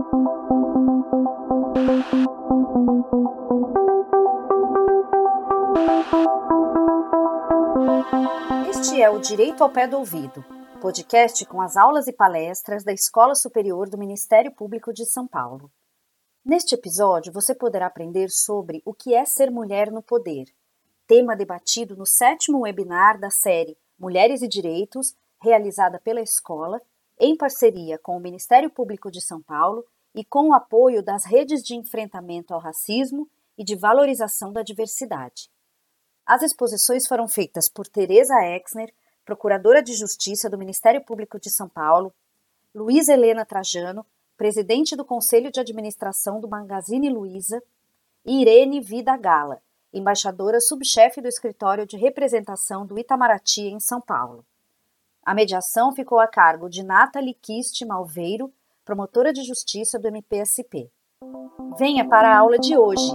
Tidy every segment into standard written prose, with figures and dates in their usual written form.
Este é o Direito ao Pé do Ouvido, podcast com as aulas e palestras da Escola Superior do Ministério Público de São Paulo. Neste episódio, você poderá aprender sobre o que é ser mulher no poder, tema debatido no 7º webinar da série Mulheres e Direitos, realizada pela escola, em parceria com o Ministério Público de São Paulo e com o apoio das redes de enfrentamento ao racismo e de valorização da diversidade. As exposições foram feitas por Tereza Exner, Procuradora de Justiça do Ministério Público de São Paulo, Luísa Helena Trajano, Presidente do Conselho de Administração do Magazine Luiza, e Irene Vida Gala, Embaixadora subchefe do Escritório de Representação do Itamaraty em São Paulo. A mediação ficou a cargo de Nathalie Kist Malveiro, Promotora de Justiça do MPSP. Venha para a aula de hoje!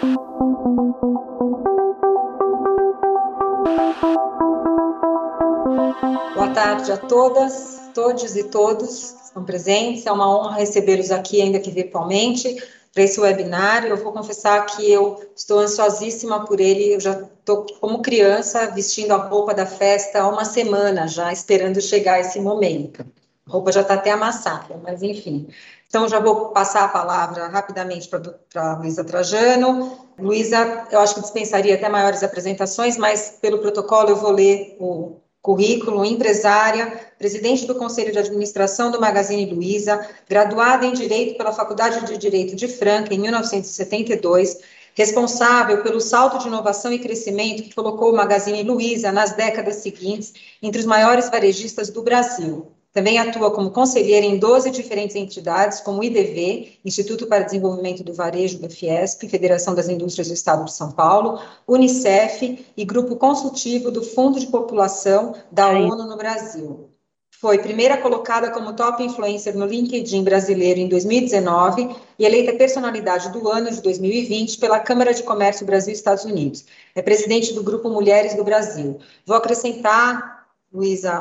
Boa tarde a todas, todos e todos que estão presentes. É uma honra recebê-los aqui, ainda que virtualmente, para esse webinar. Eu vou confessar que eu estou ansiosíssima por ele. Eu já estou, como criança, vestindo a roupa da festa há uma semana já, esperando chegar esse momento. A roupa já está até amassada, mas enfim. Então, já vou passar a palavra rapidamente para a Luísa Trajano. Luísa, eu acho que dispensaria até maiores apresentações, mas pelo protocolo eu vou ler o currículo: empresária, presidente do Conselho de Administração do Magazine Luiza, graduada em Direito pela Faculdade de Direito de Franca em 1972, responsável pelo salto de inovação e crescimento que colocou o Magazine Luiza nas décadas seguintes entre os maiores varejistas do Brasil. Também atua como conselheira em 12 diferentes entidades, como o IDV, Instituto para Desenvolvimento do Varejo da Fiesp, Federação das Indústrias do Estado de São Paulo, Unicef e Grupo Consultivo do Fundo de População da ONU no Brasil. Foi primeira colocada como top influencer no LinkedIn brasileiro em 2019 e eleita personalidade do ano de 2020 pela Câmara de Comércio Brasil-Estados Unidos. É presidente do Grupo Mulheres do Brasil. Vou acrescentar, Luísa,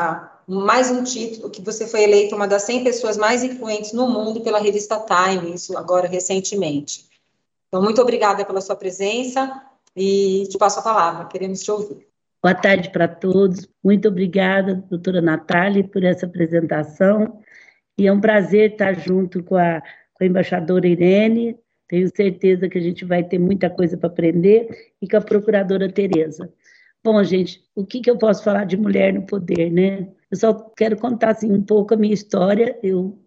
mais um título, que você foi eleita uma das 100 pessoas mais influentes no mundo pela revista Time, isso agora recentemente. Então, muito obrigada pela sua presença e te passo a palavra, queremos te ouvir. Boa tarde para todos, muito obrigada, doutora Nathalie, por essa apresentação, e é um prazer estar junto com a embaixadora Irene. Tenho certeza que a gente vai ter muita coisa para aprender, e com a procuradora Tereza. Bom, gente, o que eu posso falar de mulher no poder, né? Eu só quero contar assim, um pouco a minha história. Eu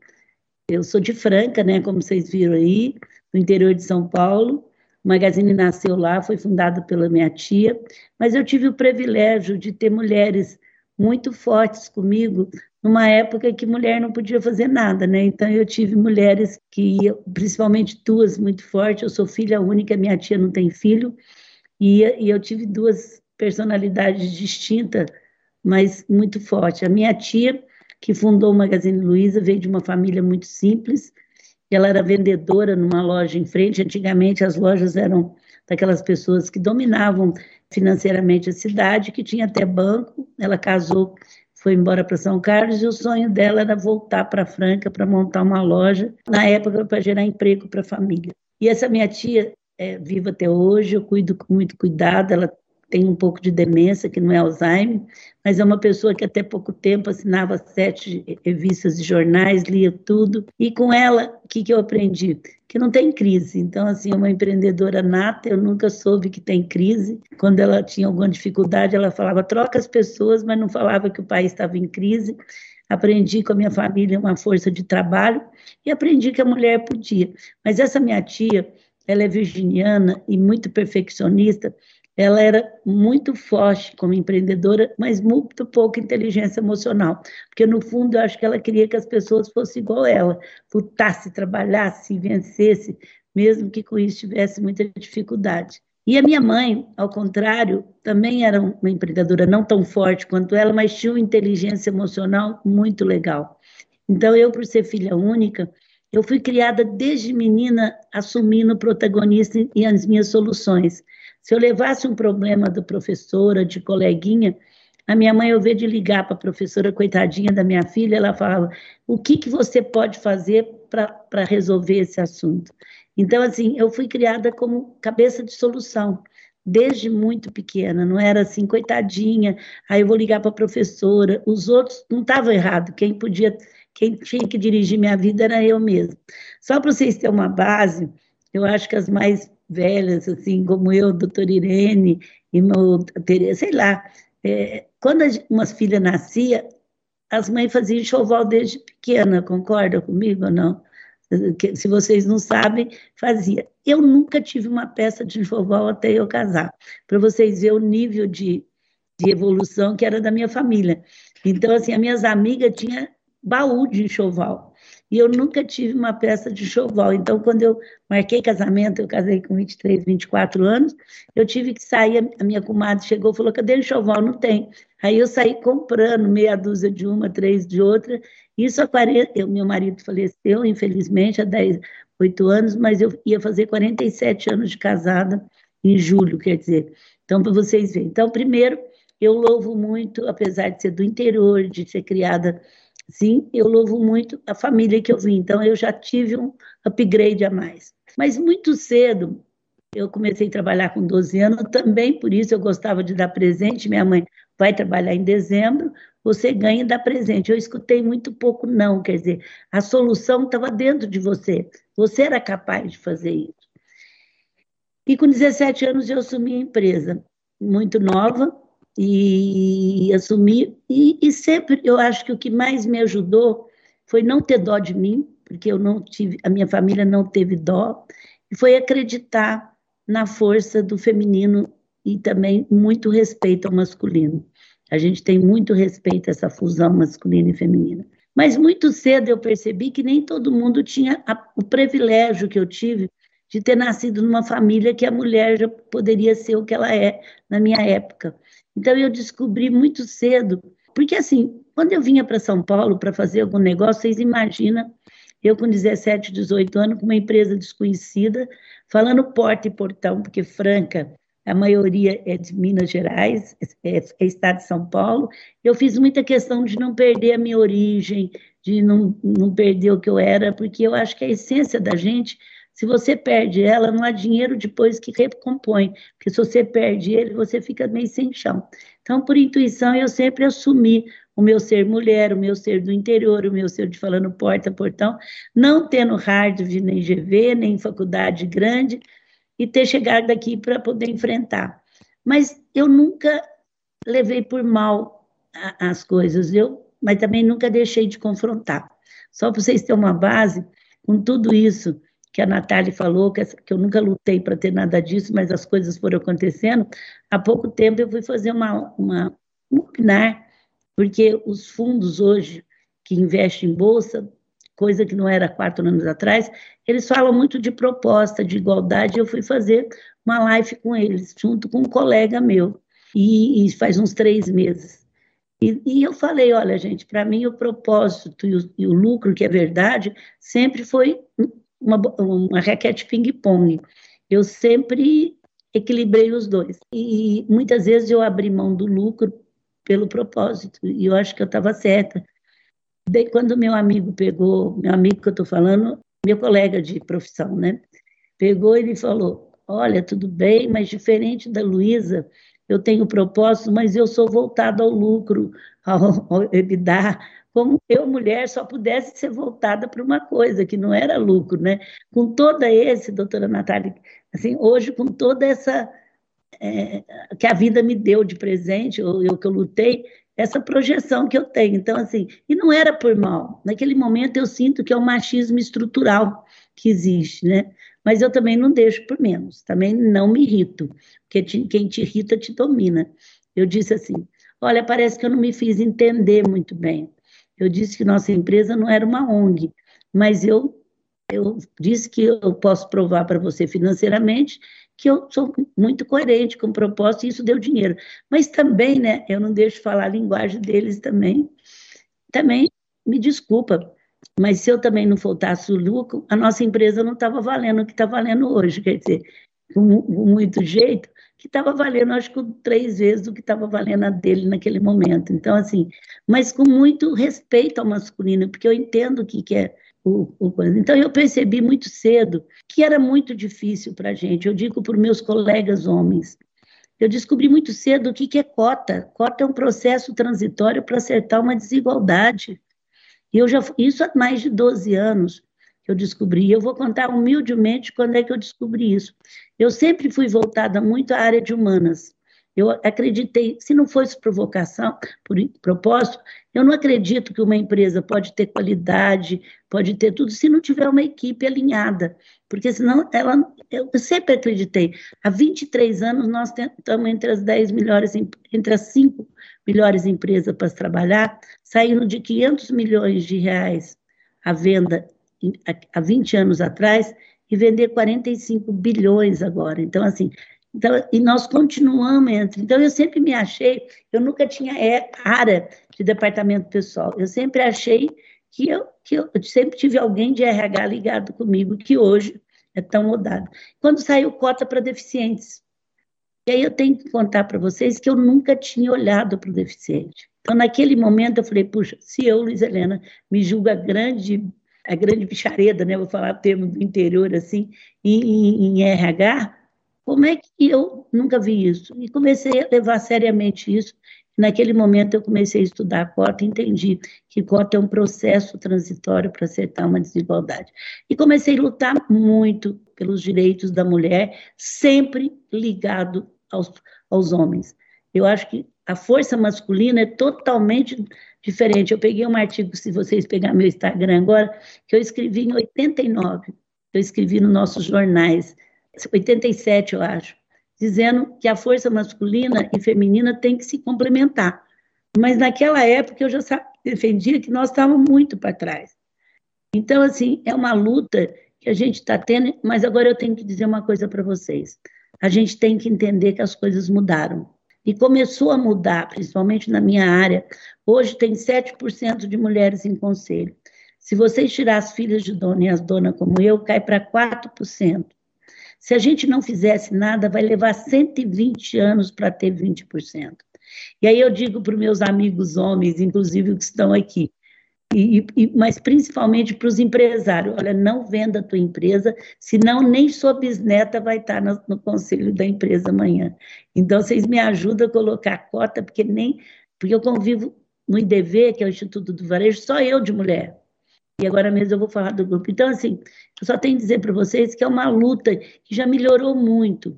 sou de Franca, né, como vocês viram aí, no interior de São Paulo. O Magazine nasceu lá, foi fundado pela minha tia, mas eu tive o privilégio de ter mulheres muito fortes comigo, numa época que mulher não podia fazer nada, né? Então eu tive mulheres principalmente duas muito fortes. Eu sou filha única, minha tia não tem filho, e eu tive duas personalidades distintas, mas muito forte. A minha tia, que fundou o Magazine Luiza, veio de uma família muito simples. Ela era vendedora numa loja em frente. Antigamente as lojas eram daquelas pessoas que dominavam financeiramente a cidade, que tinha até banco. Ela casou, foi embora para São Carlos, e o sonho dela era voltar para Franca para montar uma loja, na época para gerar emprego para a família. E essa minha tia é viva até hoje, eu cuido com muito cuidado. Ela tem um pouco de demência, que não é Alzheimer, mas é uma pessoa que até pouco tempo assinava 7 revistas e jornais, lia tudo. E com ela, o que eu aprendi? Que não tem crise. Então, assim, uma empreendedora nata, eu nunca soube que tem crise. Quando ela tinha alguma dificuldade, ela falava, troca as pessoas, mas não falava que o país estava em crise. Aprendi com a minha família uma força de trabalho e aprendi que a mulher podia. Mas essa minha tia, ela é virginiana e muito perfeccionista. Ela era muito forte como empreendedora, mas muito pouca inteligência emocional, porque no fundo eu acho que ela queria que as pessoas fossem igual a ela, lutasse, trabalhasse, vencesse, mesmo que com isso tivesse muita dificuldade. E a minha mãe, ao contrário, também era uma empreendedora não tão forte quanto ela, mas tinha uma inteligência emocional muito legal. Então eu, por ser filha única, eu fui criada desde menina assumindo o protagonista e as minhas soluções. Se eu levasse um problema da professora, de coleguinha, a minha mãe, ao invés de ligar para a professora, coitadinha da minha filha, ela falava, o que você pode fazer para resolver esse assunto. Então, assim, eu fui criada como cabeça de solução, desde muito pequena, não era assim, coitadinha, aí eu vou ligar para a professora, os outros não estavam errados, quem tinha que dirigir minha vida era eu mesma. Só para vocês terem uma base, eu acho que as mais velhas, assim, como eu, doutora Irene, e meu, Tereza, sei lá, quando umas filhas nasciam, as mães faziam enxoval desde pequena, concorda comigo ou não? Se vocês não sabem, fazia. Eu nunca tive uma peça de enxoval até eu casar, para vocês verem o nível de evolução que era da minha família. Então, assim, as minhas amigas tinham baú de enxoval, e eu nunca tive uma peça de enxoval. Então, quando eu marquei casamento, eu casei com 23, 24 anos, eu tive que sair, a minha comadre chegou e falou, cadê o enxoval? Não tem. Aí eu saí comprando meia dúzia de uma, 3 de outra. Isso meu marido faleceu, infelizmente, há 8 anos, mas eu ia fazer 47 anos de casada em julho, quer dizer. Então, para vocês verem. Então, primeiro, eu louvo muito, apesar de ser do interior, de ser criada assim, eu louvo muito a família que eu vim. Então, eu já tive um upgrade a mais. Mas muito cedo, eu comecei a trabalhar com 12 anos, também por isso eu gostava de dar presente. Minha mãe vai trabalhar em dezembro, você ganha e dá presente. Eu escutei muito pouco não, quer dizer, a solução estava dentro de você era capaz de fazer isso. E com 17 anos eu assumi a empresa, muito nova, e assumi, e sempre eu acho que o que mais me ajudou foi não ter dó de mim, porque eu não tive, a minha família não teve dó, e foi acreditar na força do feminino e também muito respeito ao masculino. A gente tem muito respeito a essa fusão masculina e feminina. Mas muito cedo eu percebi que nem todo mundo tinha o privilégio que eu tive de ter nascido numa família que a mulher já poderia ser o que ela é na minha época. Então eu descobri muito cedo, porque assim, quando eu vinha para São Paulo para fazer algum negócio, vocês imaginam, eu com 17, 18 anos, com uma empresa desconhecida, falando porta e portão, porque Franca, a maioria é de Minas Gerais, é estado de São Paulo. Eu fiz muita questão de não perder a minha origem, de não perder o que eu era, porque eu acho que a essência da gente, se você perde ela, não há dinheiro depois que recompõe, porque se você perde ele, você fica meio sem chão. Então, por intuição, eu sempre assumi o meu ser mulher, o meu ser do interior, o meu ser de falando porta a portão, não tendo Harvard, nem GV, nem faculdade grande, e ter chegado aqui para poder enfrentar. Mas eu nunca levei por mal as coisas, mas também nunca deixei de confrontar. Só para vocês terem uma base, com tudo isso que a Natália falou, que eu nunca lutei para ter nada disso, mas as coisas foram acontecendo, há pouco tempo eu fui fazer um webinar, porque os fundos hoje que investem em bolsa, coisa que não era 4 anos atrás, eles falam muito de proposta, de igualdade. Eu fui fazer uma live com eles, junto com um colega meu, e faz uns 3 meses. E eu falei, olha, gente, para mim o propósito e o lucro, que é verdade, sempre foi uma raquete ping-pong. Eu sempre equilibrei os dois. E muitas vezes eu abri mão do lucro pelo propósito, e eu acho que eu estava certa. Daí, quando meu amigo que eu estou falando, meu colega de profissão, né? Pegou e ele falou, olha, tudo bem, mas diferente da Luísa, eu tenho propósito, mas eu sou voltada ao lucro, ao EBITDA, como eu, mulher, só pudesse ser voltada para uma coisa, que não era lucro, né? Com toda doutora Natália, assim, hoje, com toda essa que a vida me deu de presente, ou que eu lutei, essa projeção que eu tenho. Então, assim, e não era por mal. Naquele momento eu sinto que é um machismo estrutural que existe, né? Mas eu também não deixo por menos, também não me irrito, porque quem te irrita te domina. Eu disse assim, olha, parece que eu não me fiz entender muito bem. Eu disse que nossa empresa não era uma ONG, mas eu disse que eu posso provar para você financeiramente que eu sou muito coerente com o propósito e isso deu dinheiro. Mas também, né, eu não deixo falar a linguagem deles também. Também, me desculpa, mas se eu também não faltasse o lucro, a nossa empresa não estava valendo o que está valendo hoje, quer dizer, com muito jeito, que estava valendo, acho que 3 vezes o que estava valendo a dele naquele momento. Então, assim, mas com muito respeito ao masculino, porque eu entendo o que é coisa. Então, eu percebi muito cedo que era muito difícil para a gente. Eu digo para os meus colegas homens, eu descobri muito cedo o que é cota. Cota é um processo transitório para acertar uma desigualdade. E isso há mais de 12 anos que eu descobri. Eu vou contar humildemente quando é que eu descobri isso. Eu sempre fui voltada muito à área de humanas. Eu acreditei, se não fosse provocação, por propósito, eu não acredito que uma empresa pode ter qualidade, pode ter tudo, se não tiver uma equipe alinhada, porque senão eu sempre acreditei. Há 23 anos nós estamos entre as 10 melhores, entre as 5 melhores empresas para trabalhar, saindo de 500 milhões de reais à venda há 20 anos atrás e vender 45 bilhões agora. Então, assim, e nós continuamos entre. Então, eu sempre me achei, eu nunca tinha área de departamento pessoal, eu sempre achei que eu sempre tive alguém de RH ligado comigo, que hoje é tão mudado. Quando saiu cota para deficientes, e aí eu tenho que contar para vocês que eu nunca tinha olhado para o deficiente. Então, naquele momento, eu falei, puxa, se eu, Luiz Helena, me julgo a grande bichareda, né? Vou falar o termo do interior, assim, em RH, como é que eu nunca vi isso? E comecei a levar seriamente isso. Naquele momento, eu comecei a estudar a cota e entendi que cota é um processo transitório para acertar uma desigualdade. E comecei a lutar muito pelos direitos da mulher, sempre ligado aos homens. Eu acho que a força masculina é totalmente diferente. Eu peguei um artigo, se vocês pegarem meu Instagram agora, que eu escrevi em 89. Eu escrevi nos nossos jornais, 87, eu acho, dizendo que a força masculina e feminina tem que se complementar. Mas naquela época eu já defendia que nós estávamos muito para trás. Então, assim, é uma luta que a gente está tendo, mas agora eu tenho que dizer uma coisa para vocês. A gente tem que entender que as coisas mudaram. E começou a mudar, principalmente na minha área. Hoje tem 7% de mulheres em conselho. Se vocês tirar as filhas de dono e as donas como eu, cai para 4%. Se a gente não fizesse nada, vai levar 120 anos para ter 20%. E aí eu digo para os meus amigos homens, inclusive os que estão aqui, mas principalmente para os empresários, olha, não venda a tua empresa, senão nem sua bisneta vai estar no conselho da empresa amanhã. Então, vocês me ajudam a colocar a cota, porque eu convivo no IDV, que é o Instituto do Varejo, só eu de mulher. E agora mesmo eu vou falar do grupo. Então, assim, eu só tenho que dizer para vocês que é uma luta que já melhorou muito,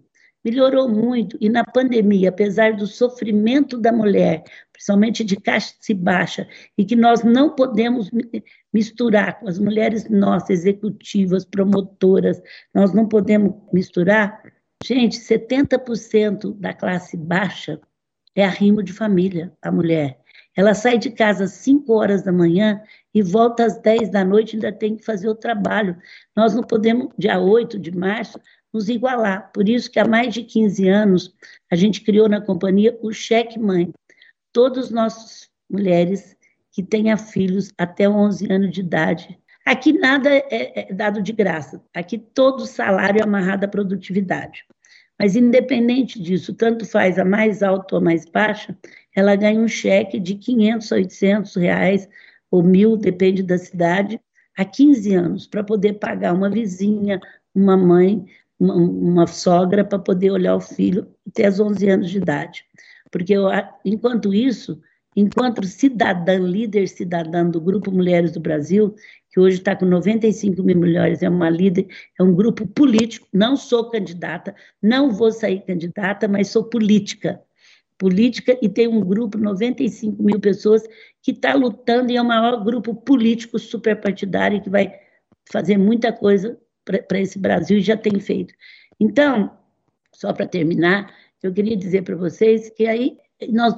e na pandemia, apesar do sofrimento da mulher, principalmente de classe baixa, e que nós não podemos misturar com as mulheres nossas, executivas, promotoras, nós não podemos misturar. Gente, 70% da classe baixa é arrimo de família, a mulher. Ela sai de casa às 5 horas da manhã e volta às 10 da noite e ainda tem que fazer o trabalho. Nós não podemos, dia 8 de março, nos igualar. Por isso que há mais de 15 anos a gente criou na companhia o Cheque Mãe. Todas as nossas mulheres que tenham filhos até 11 anos de idade. Aqui nada é dado de graça. Aqui todo salário é amarrado à produtividade. Mas independente disso, tanto faz a mais alta ou a mais baixa, ela ganha um cheque de 500, 800 reais ou 1.000, depende da cidade, há 15 anos, para poder pagar uma vizinha, uma mãe, uma sogra, para poder olhar o filho até os 11 anos de idade. Porque enquanto isso, enquanto cidadã, líder cidadã do Grupo Mulheres do Brasil, que hoje está com 95 mil mulheres, é uma líder, é um grupo político, não sou candidata, não vou sair candidata, mas sou política, e tem um grupo, 95 mil pessoas, que está lutando e é o maior grupo político superpartidário que vai fazer muita coisa para esse Brasil e já tem feito. Então, só para terminar, eu queria dizer para vocês que aí nós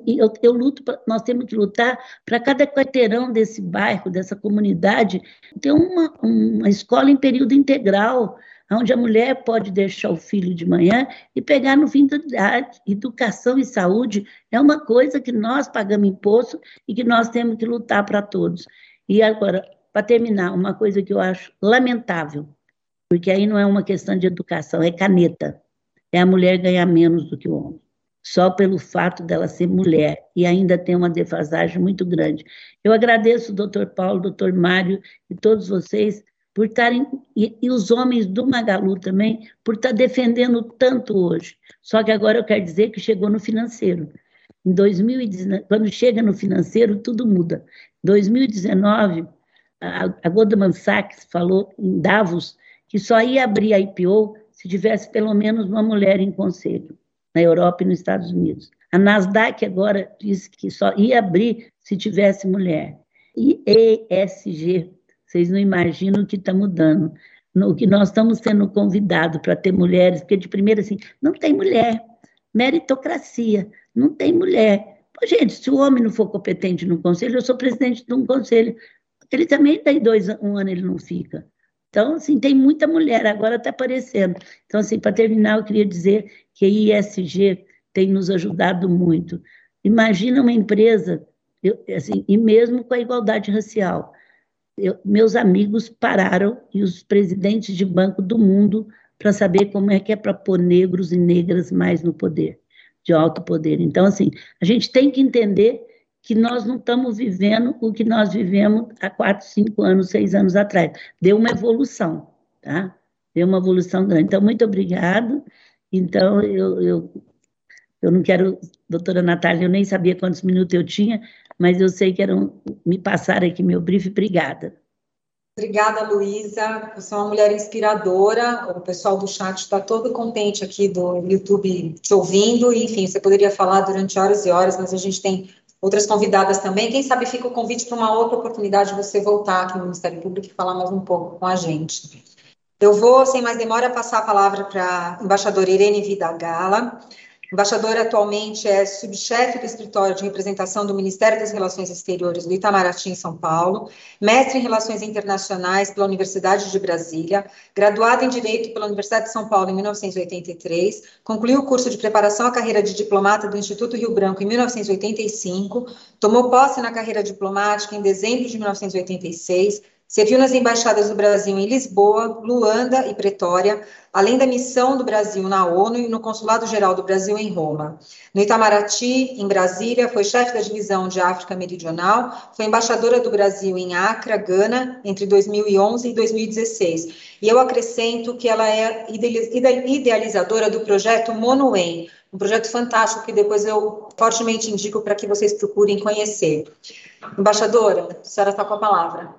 temos que lutar para cada quarteirão desse bairro, dessa comunidade, ter uma escola em período integral, onde a mulher pode deixar o filho de manhã e pegar no fim da tarde. Educação e saúde é uma coisa que nós pagamos imposto e que nós temos que lutar para todos. E agora, para terminar, uma coisa que eu acho lamentável, porque aí não é uma questão de educação, é caneta. É a mulher ganhar menos do que o homem. só pelo fato dela ser mulher, e ainda tem uma defasagem muito grande. Eu agradeço o doutor Paulo, o doutor Mário e todos vocês por estarem, e os homens do Magalu também, por estar defendendo tanto hoje. Só que agora eu quero dizer que chegou no financeiro. Em 2019, quando chega no financeiro, tudo muda. Em 2019, a Goldman Sachs falou em Davos que só ia abrir a IPO se tivesse pelo menos uma mulher em conselho, na Europa e nos Estados Unidos. A Nasdaq agora disse que só ia abrir se tivesse mulher. E ESG, vocês não imaginam o que está mudando. O que nós estamos sendo convidados para ter mulheres, porque de primeiro assim, não tem mulher, meritocracia, não tem mulher. Pô, gente, se o homem não for competente no conselho, eu sou presidente de um conselho, ele também tem um ano, ele não fica. Então, assim, tem muita mulher, agora está aparecendo. Então, assim, para terminar, eu queria dizer que a ISG tem nos ajudado muito. Imagina uma empresa, assim, e mesmo com a igualdade racial, meus amigos pararam e os presidentes de banco do mundo para saber como é que é para pôr negros e negras mais no poder, de alto poder. Então, assim, a gente tem que entender que nós não estamos vivendo o que nós vivemos há 4, 5 anos, 6 anos atrás. Deu uma evolução, tá? Deu uma evolução grande. Então, muito obrigado. Então, eu não quero, doutora Natália, eu nem sabia quantos minutos eu tinha, mas eu sei que me passaram aqui meu brief. Obrigada. Obrigada, Luísa. Você é uma mulher inspiradora. O pessoal do chat está todo contente aqui do YouTube te ouvindo. Enfim, você poderia falar durante horas e horas, mas a gente tem outras convidadas também. Quem sabe fica o convite para uma outra oportunidade de você voltar aqui no Ministério Público e falar mais um pouco com a gente. Eu vou, sem mais demora, passar a palavra para a embaixadora Irene Vidagala. Embaixadora atualmente é subchefe do Escritório de Representação do Ministério das Relações Exteriores do Itamaraty, em São Paulo, mestre em Relações Internacionais pela Universidade de Brasília, graduada em Direito pela Universidade de São Paulo em 1983, concluiu o curso de preparação à carreira de diplomata do Instituto Rio Branco em 1985, tomou posse na carreira diplomática em dezembro de 1986, serviu nas embaixadas do Brasil em Lisboa, Luanda e Pretória, além da missão do Brasil na ONU e no Consulado-Geral do Brasil em Roma. No Itamaraty, em Brasília, foi chefe da divisão de África Meridional, foi embaixadora do Brasil em Accra, Gana, entre 2011 e 2016. E eu acrescento que ela é idealizadora do projeto MONUEM, um projeto fantástico que depois eu fortemente indico para que vocês procurem conhecer. Embaixadora, a senhora está com a palavra.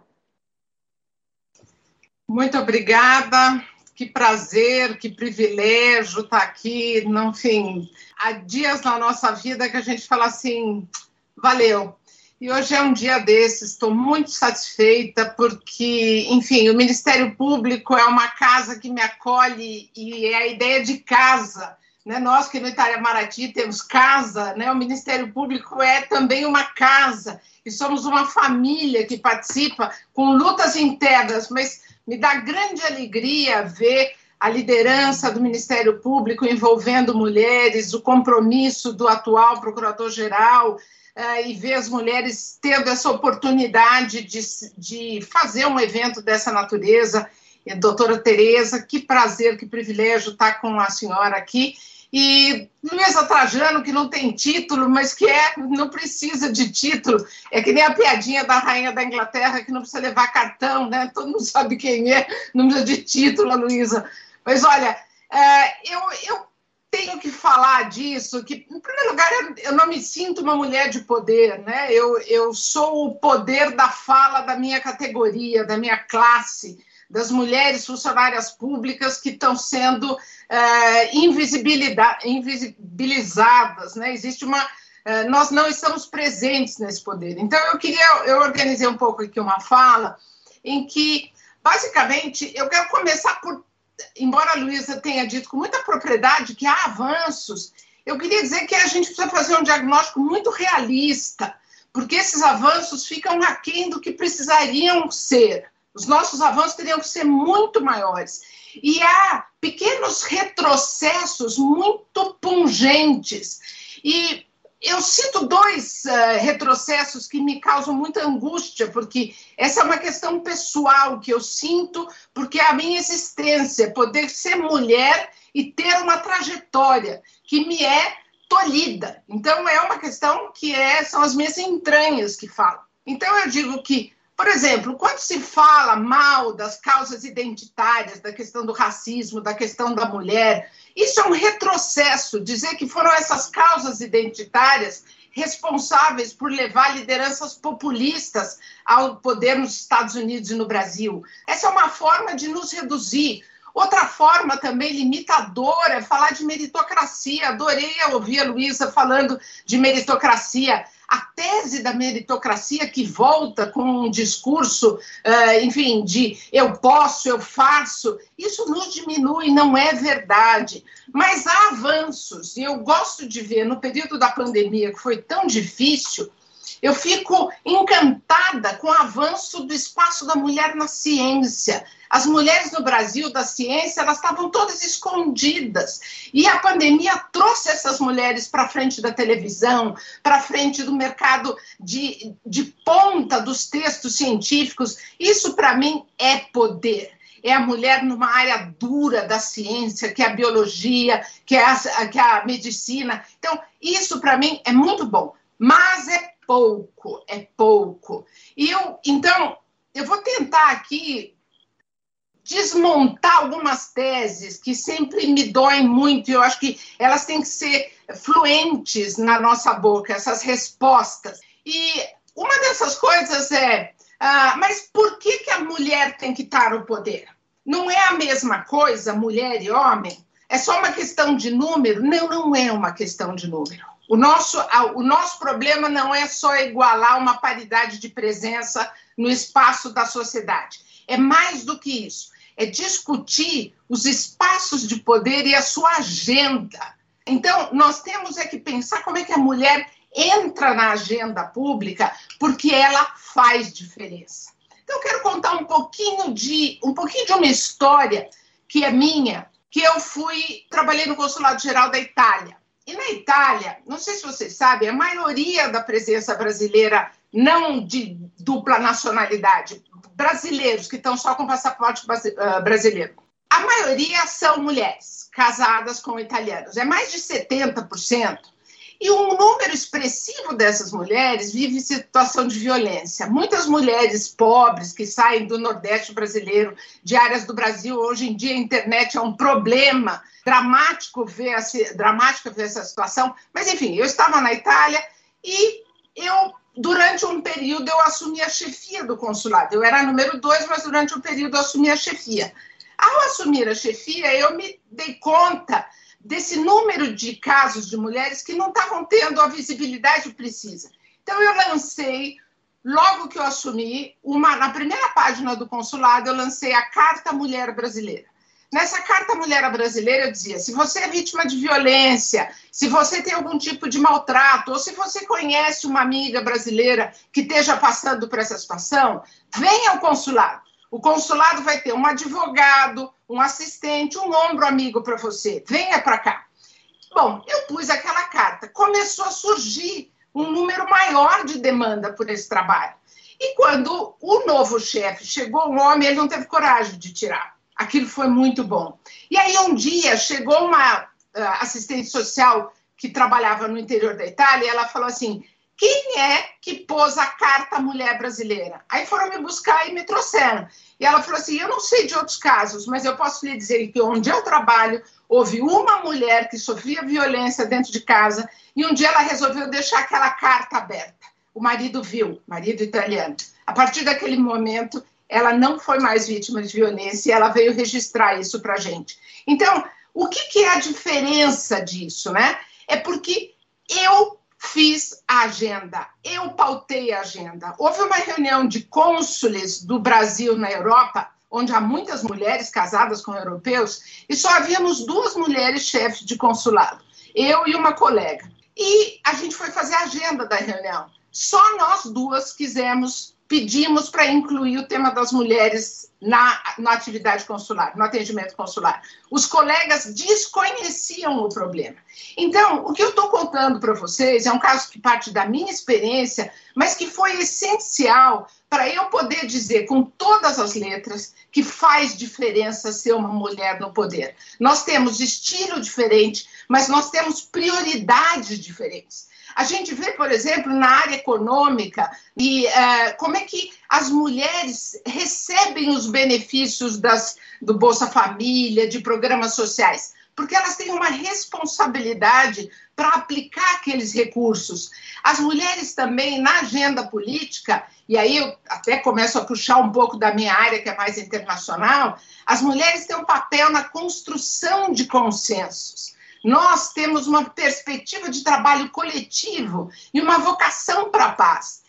Muito obrigada, que prazer, que privilégio estar aqui. Enfim, há dias na nossa vida que a gente fala assim, valeu. E hoje é um dia desses, estou muito satisfeita porque, enfim, o Ministério Público é uma casa que me acolhe e é a ideia de casa. Né? Nós que no Itamaraty temos casa, né? O Ministério Público é também uma casa e somos uma família que participa com lutas internas, mas me dá grande alegria ver a liderança do Ministério Público envolvendo mulheres, o compromisso do atual procurador-geral e ver as mulheres tendo essa oportunidade de fazer um evento dessa natureza. E a doutora Tereza, que prazer, que privilégio estar com a senhora aqui. E Luísa Trajano, que não tem título, mas que não precisa de título, é que nem a piadinha da rainha da Inglaterra, que não precisa levar cartão, né? Todo mundo sabe quem é, não precisa de título, a Luísa. Mas, olha, eu tenho que falar disso, que, em primeiro lugar, eu não me sinto uma mulher de poder, né? Eu sou o poder da fala da minha categoria, da minha classe, das mulheres funcionárias públicas que estão sendo invisibilizadas, né? Existe nós não estamos presentes nesse poder. Então, eu organizei um pouco aqui uma fala em que, basicamente, eu quero começar por, embora a Luísa tenha dito com muita propriedade que há avanços, eu queria dizer que a gente precisa fazer um diagnóstico muito realista, porque esses avanços ficam aquém do que precisariam ser. Os nossos avanços teriam que ser muito maiores. E há pequenos retrocessos muito pungentes. E eu cito 2 retrocessos que me causam muita angústia, porque essa é uma questão pessoal que eu sinto, porque é a minha existência, poder ser mulher e ter uma trajetória que me é tolhida. Então, é uma questão que são as minhas entranhas que falam. Então, eu digo que, por exemplo, quando se fala mal das causas identitárias, da questão do racismo, da questão da mulher, isso é um retrocesso, dizer que foram essas causas identitárias responsáveis por levar lideranças populistas ao poder nos Estados Unidos e no Brasil. Essa é uma forma de nos reduzir. Outra forma também limitadora é falar de meritocracia. Adorei ouvir a Luísa falando de meritocracia. A tese da meritocracia que volta com um discurso, enfim, de eu posso, eu faço, isso nos diminui, não é verdade. Mas há avanços, e eu gosto de ver, no período da pandemia, que foi tão difícil, eu fico encantada com o avanço do espaço da mulher na ciência. As mulheres no Brasil da ciência, elas estavam todas escondidas. E a pandemia trouxe essas mulheres para frente da televisão, para frente do mercado de ponta dos textos científicos. Isso, para mim, é poder. É a mulher numa área dura da ciência, que é a biologia, que é a medicina. Então, isso, para mim, é muito bom. Mas é pouco. Então, eu vou tentar aqui desmontar algumas teses que sempre me doem muito, e eu acho que elas têm que ser fluentes na nossa boca, essas respostas. E uma dessas coisas mas por que a mulher tem que estar no poder? Não é a mesma coisa, mulher e homem? É só uma questão de número? Não é uma questão de número. O nosso problema não é só igualar uma paridade de presença no espaço da sociedade. É mais do que isso. É discutir os espaços de poder e a sua agenda. Então, nós temos que pensar como é que a mulher entra na agenda pública, porque ela faz diferença. Então, eu quero contar um pouquinho de uma história que é minha, que eu trabalhei no Consulado-Geral da Itália. E na Itália, não sei se vocês sabem, a maioria da presença brasileira, não de dupla nacionalidade, brasileiros que estão só com passaporte brasileiro, a maioria são mulheres casadas com italianos, é mais de 70%. E um número expressivo dessas mulheres vive em situação de violência. Muitas mulheres pobres que saem do Nordeste brasileiro, de áreas do Brasil, hoje em dia a internet é um problema dramático ver essa situação. Mas, enfim, eu estava na Itália e durante um período, eu assumi a chefia do consulado. Eu era número 2, mas durante um período eu assumi a chefia. Ao assumir a chefia, eu me dei conta desse número de casos de mulheres que não estavam tendo a visibilidade precisa. Então, eu lancei, logo que eu assumi, na primeira página do consulado, eu lancei a Carta Mulher Brasileira. Nessa Carta Mulher Brasileira, eu dizia, se você é vítima de violência, se você tem algum tipo de maltrato, ou se você conhece uma amiga brasileira que esteja passando por essa situação, venha ao consulado. O consulado vai ter um advogado, um assistente, um ombro amigo para você. Venha para cá. Bom, eu pus aquela carta. Começou a surgir um número maior de demanda por esse trabalho. E quando o novo chefe chegou, um homem, ele não teve coragem de tirar. Aquilo foi muito bom. E aí, um dia, chegou uma assistente social que trabalhava no interior da Itália e ela falou assim, quem é que pôs a Carta Mulher Brasileira? Aí foram me buscar e me trouxeram. E ela falou assim, eu não sei de outros casos, mas eu posso lhe dizer que onde eu trabalho, houve uma mulher que sofria violência dentro de casa e um dia ela resolveu deixar aquela carta aberta. O marido viu, marido italiano. A partir daquele momento, ela não foi mais vítima de violência e ela veio registrar isso para a gente. Então, o que é a diferença disso, né? É porque eu fiz a agenda, eu pautei a agenda. Houve uma reunião de cônsules do Brasil na Europa, onde há muitas mulheres casadas com europeus, e só havíamos 2 mulheres chefes de consulado, eu e uma colega. E a gente foi fazer a agenda da reunião. Só nós 2 quisemos pedimos para incluir o tema das mulheres na atividade consular, no atendimento consular. Os colegas desconheciam o problema. Então, o que eu estou contando para vocês é um caso que parte da minha experiência, mas que foi essencial para eu poder dizer com todas as letras que faz diferença ser uma mulher no poder. Nós temos estilo diferente, mas nós temos prioridades diferentes. A gente vê, por exemplo, na área econômica, como é que as mulheres recebem os benefícios do Bolsa Família, de programas sociais, porque elas têm uma responsabilidade para aplicar aqueles recursos. As mulheres também, na agenda política, e aí eu até começo a puxar um pouco da minha área, que é mais internacional, as mulheres têm um papel na construção de consensos. Nós temos uma perspectiva de trabalho coletivo e uma vocação para a paz.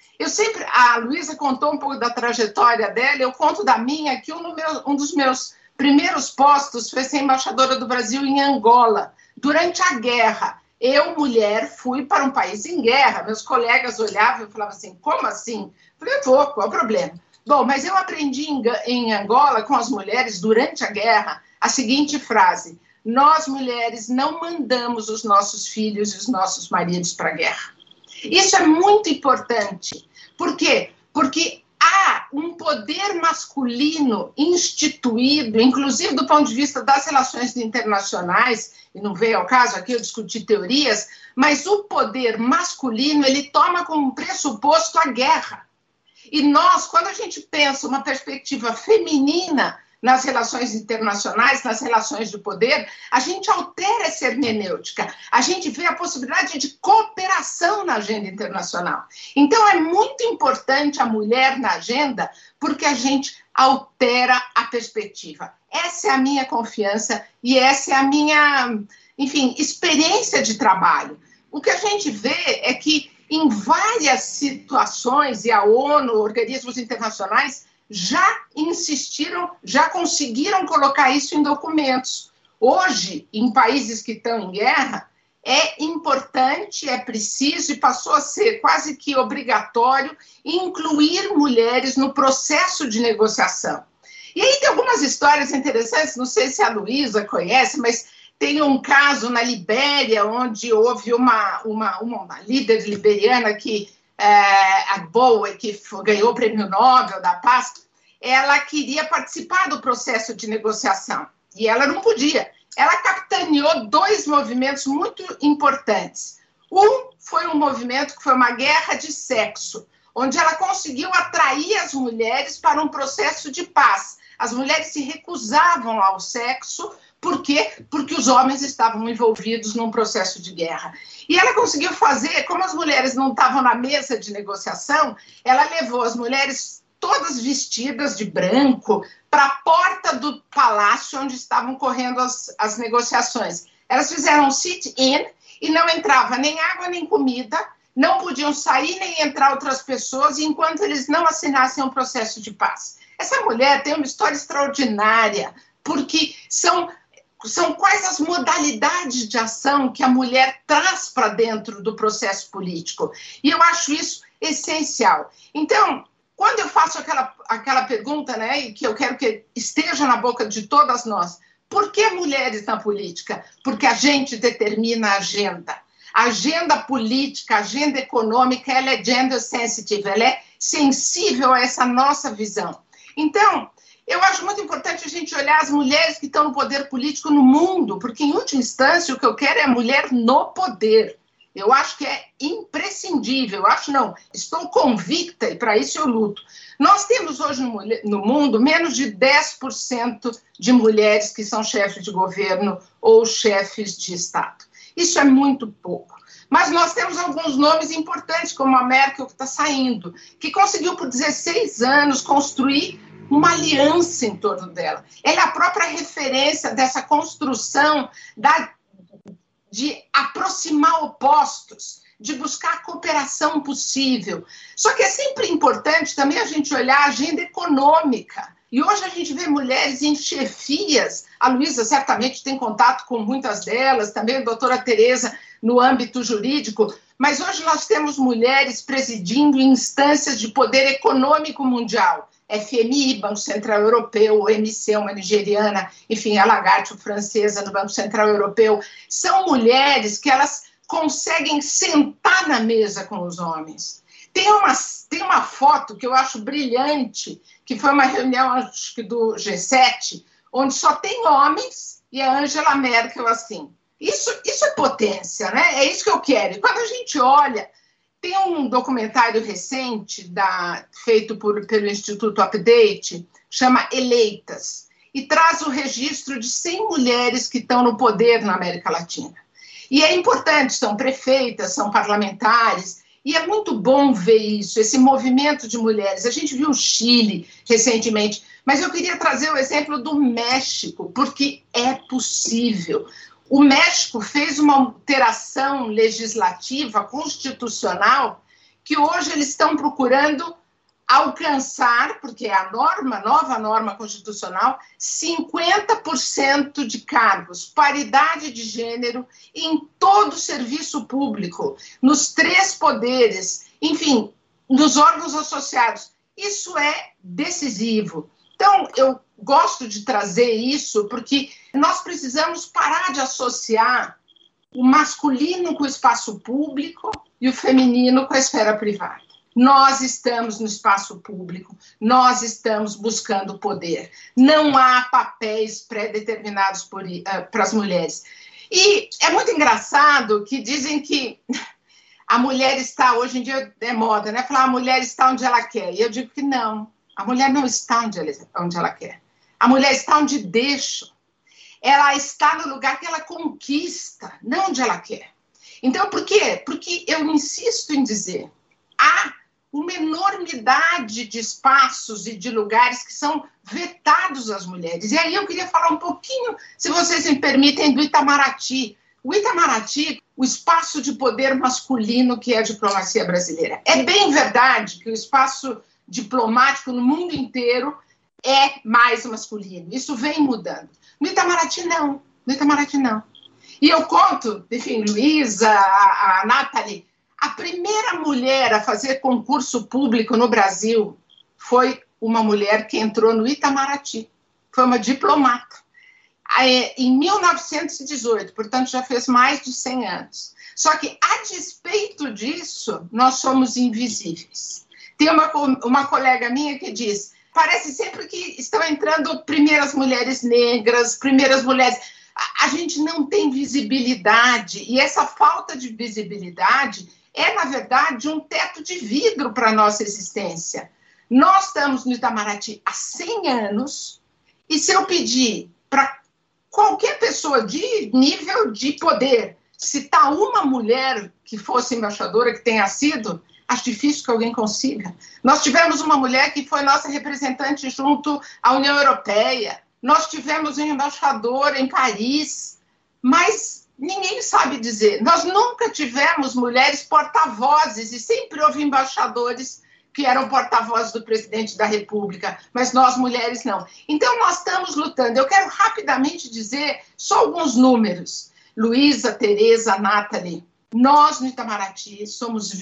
A Luísa contou um pouco da trajetória dela, eu conto da minha, que um dos meus primeiros postos foi ser embaixadora do Brasil em Angola, durante a guerra. Eu, mulher, fui para um país em guerra, meus colegas olhavam e falavam assim, como assim? Eu falei, qual é o problema? Bom, mas eu aprendi em Angola, com as mulheres, durante a guerra, a seguinte frase: nós, mulheres, não mandamos os nossos filhos e os nossos maridos para a guerra. Isso é muito importante. Por quê? Porque há um poder masculino instituído, inclusive do ponto de vista das relações internacionais, e não veio ao caso aqui eu discutir teorias, mas o poder masculino, ele toma como pressuposto a guerra. E nós, quando a gente pensa uma perspectiva feminina nas relações internacionais, nas relações de poder, a gente altera essa hermenêutica, a gente vê a possibilidade de cooperação na agenda internacional. Então, é muito importante a mulher na agenda, porque a gente altera a perspectiva. Essa é a minha confiança e essa é a minha, enfim, experiência de trabalho. O que a gente vê é que, em várias situações, e a ONU, organismos internacionais, já insistiram, já conseguiram colocar isso em documentos. Hoje, em países que estão em guerra, é importante, é preciso e passou a ser quase que obrigatório incluir mulheres no processo de negociação. E aí tem algumas histórias interessantes, não sei se a Luísa conhece, mas tem um caso na Libéria, onde houve uma líder liberiana que a Boa, que ganhou o Prêmio Nobel da Paz, ela queria participar do processo de negociação e ela não podia. Ela capitaneou 2 movimentos muito importantes. Um foi um movimento que foi uma guerra de sexo, onde ela conseguiu atrair as mulheres para um processo de paz. As mulheres se recusavam ao sexo. Por quê? Porque os homens estavam envolvidos num processo de guerra. E ela conseguiu fazer, como as mulheres não estavam na mesa de negociação, ela levou as mulheres todas vestidas de branco para a porta do palácio onde estavam correndo as negociações. Elas fizeram um sit-in e não entrava nem água nem comida, não podiam sair nem entrar outras pessoas enquanto eles não assinassem um processo de paz. Essa mulher tem uma história extraordinária, porque são quais as modalidades de ação que a mulher traz para dentro do processo político. E eu acho isso essencial. Então, quando eu faço aquela pergunta, né, e que eu quero que esteja na boca de todas nós, por que mulheres na política? Porque a gente determina a agenda. A agenda política, a agenda econômica, ela é gender sensitive, ela é sensível a essa nossa visão. Então, eu acho muito importante a gente olhar as mulheres que estão no poder político no mundo, porque, em última instância, o que eu quero é a mulher no poder. Eu acho que é imprescindível, estou convicta e para isso eu luto. Nós temos hoje no mundo menos de 10% de mulheres que são chefes de governo ou chefes de Estado. Isso é muito pouco. Mas nós temos alguns nomes importantes, como a Merkel, que está saindo, que conseguiu por 16 anos construir uma aliança em torno dela. Ela é a própria referência dessa construção de aproximar opostos, de buscar a cooperação possível. Só que é sempre importante também a gente olhar a agenda econômica. E hoje a gente vê mulheres em chefias. A Luísa certamente tem contato com muitas delas, também a doutora Tereza no âmbito jurídico. Mas hoje nós temos mulheres presidindo instâncias de poder econômico mundial. FMI, Banco Central Europeu, OMC, uma nigeriana, enfim, a Lagarde, francesa, no Banco Central Europeu. São mulheres que elas conseguem sentar na mesa com os homens. Tem uma foto que eu acho brilhante, que foi uma reunião, acho que do G7, onde só tem homens e a Angela Merkel assim. Isso é potência, né? É isso que eu quero. E quando a gente olha, tem um documentário recente feito pelo Instituto Update, chama Eleitas, e traz o registro de 100 mulheres que estão no poder na América Latina. E é importante, são prefeitas, são parlamentares, e é muito bom ver isso, esse movimento de mulheres. A gente viu o Chile recentemente, mas eu queria trazer o exemplo do México, porque é possível. O México fez uma alteração legislativa, constitucional, que hoje eles estão procurando alcançar, porque é a nova norma constitucional, 50% de cargos, paridade de gênero em todo o serviço público, nos 3 poderes, enfim, nos órgãos associados. Isso é decisivo. Então, eu gosto de trazer isso porque nós precisamos parar de associar o masculino com o espaço público e o feminino com a esfera privada. Nós estamos no espaço público, nós estamos buscando poder. Não há papéis pré-determinados para as mulheres. E é muito engraçado que dizem que a mulher está, hoje em dia é moda, né? Falar a mulher está onde ela quer. E eu digo que não, a mulher não está onde ela quer. A mulher está onde deixa. Ela está no lugar que ela conquista, não onde ela quer. Então, por quê? Porque eu insisto em dizer, há uma enormidade de espaços e de lugares que são vetados às mulheres. E aí eu queria falar um pouquinho, se vocês me permitem, do Itamaraty. O Itamaraty, o espaço de poder masculino que é a diplomacia brasileira. É bem verdade que o espaço diplomático no mundo inteiro é mais masculino. Isso vem mudando. No Itamaraty, não. No Itamaraty, não. E eu conto, enfim, Luísa, a Nathalie, a primeira mulher a fazer concurso público no Brasil foi uma mulher que entrou no Itamaraty. Foi uma diplomata. Em 1918, portanto, já fez mais de 100 anos. Só que, a despeito disso, nós somos invisíveis. Tem uma colega minha que diz, parece sempre que estão entrando primeiras mulheres negras, primeiras mulheres... A gente não tem visibilidade, e essa falta de visibilidade é, na verdade, um teto de vidro para a nossa existência. Nós estamos no Itamaraty há 100 anos, e se eu pedir para qualquer pessoa de nível de poder citar uma mulher que fosse embaixadora, que tenha sido, acho difícil que alguém consiga. Nós tivemos uma mulher que foi nossa representante junto à União Europeia, nós tivemos um embaixador em Paris, mas ninguém sabe dizer. Nós nunca tivemos mulheres porta-vozes, e sempre houve embaixadores que eram porta-vozes do presidente da República, mas nós, mulheres, não. Então, nós estamos lutando. Eu quero rapidamente dizer só alguns números. Luísa, Tereza, Nathalie, nós, no Itamaraty, somos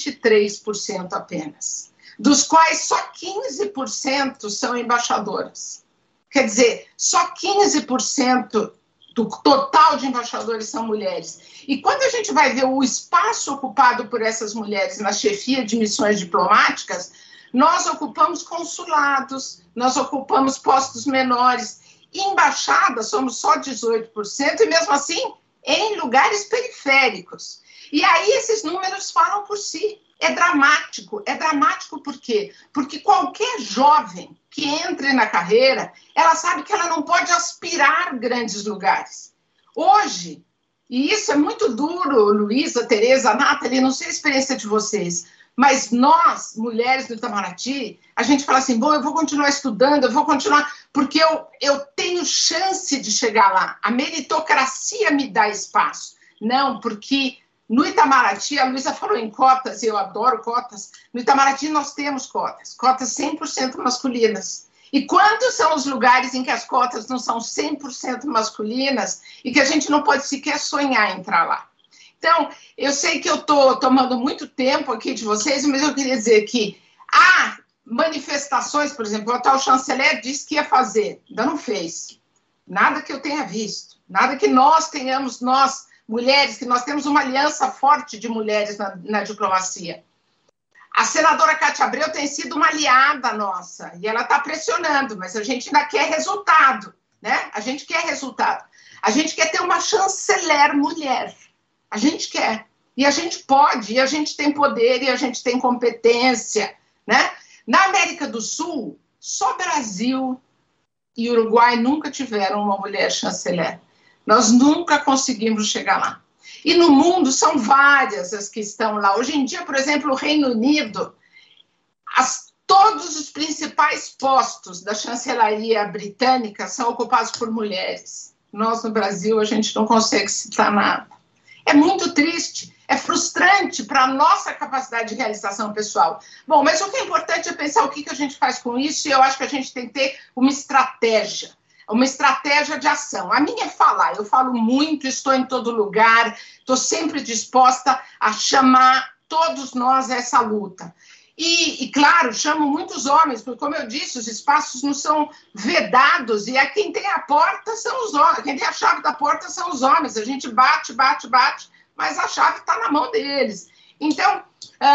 23% apenas, dos quais só 15% são embaixadoras. Quer dizer, só 15% do total de embaixadores são mulheres. E quando a gente vai ver o espaço ocupado por essas mulheres na chefia de missões diplomáticas, nós ocupamos consulados, nós ocupamos postos menores. Embaixadas, somos só 18%, e mesmo assim, em lugares periféricos. E aí esses números falam por si. É dramático por quê? Porque qualquer jovem que entre na carreira, ela sabe que ela não pode aspirar grandes lugares. Hoje, e isso é muito duro, Luísa, Tereza, Nathalie, não sei a experiência de vocês, mas nós, mulheres do Itamaraty, a gente fala assim, bom, eu vou continuar estudando, eu vou continuar, porque eu tenho chance de chegar lá. A meritocracia me dá espaço. Não, porque... No Itamaraty, a Luísa falou em cotas, e eu adoro cotas. No Itamaraty nós temos cotas 100% masculinas. E quantos são os lugares em que as cotas não são 100% masculinas e que a gente não pode sequer sonhar em entrar lá? Então, eu sei que eu estou tomando muito tempo aqui de vocês, mas eu queria dizer que há manifestações, por exemplo, o atual chanceler disse que ia fazer, ainda não fez. Nada que eu tenha visto, nada que nós tenhamos, nós, mulheres, que nós temos uma aliança forte de mulheres na diplomacia. A senadora Cátia Abreu tem sido uma aliada nossa, e ela está pressionando, mas a gente ainda quer resultado, né? A gente quer resultado. A gente quer ter uma chanceler mulher. A gente quer. E a gente pode, e a gente tem poder, e a gente tem competência, né? Na América do Sul, só Brasil e Uruguai nunca tiveram uma mulher chanceler. Nós nunca conseguimos chegar lá. E no mundo são várias as que estão lá. Hoje em dia, por exemplo, o Reino Unido, todos os principais postos da chancelaria britânica são ocupados por mulheres. Nós, no Brasil, a gente não consegue citar nada. É muito triste, é frustrante para a nossa capacidade de realização pessoal. Bom, mas o que é importante é pensar o que a gente faz com isso, e eu acho que a gente tem que ter uma estratégia de ação. A minha é falar, eu falo muito, estou em todo lugar, estou sempre disposta a chamar todos nós a essa luta. E, claro, chamo muitos homens, porque, como eu disse, os espaços não são vedados, e quem tem a porta são os homens, quem tem a chave da porta são os homens. A gente bate, mas a chave está na mão deles. Então,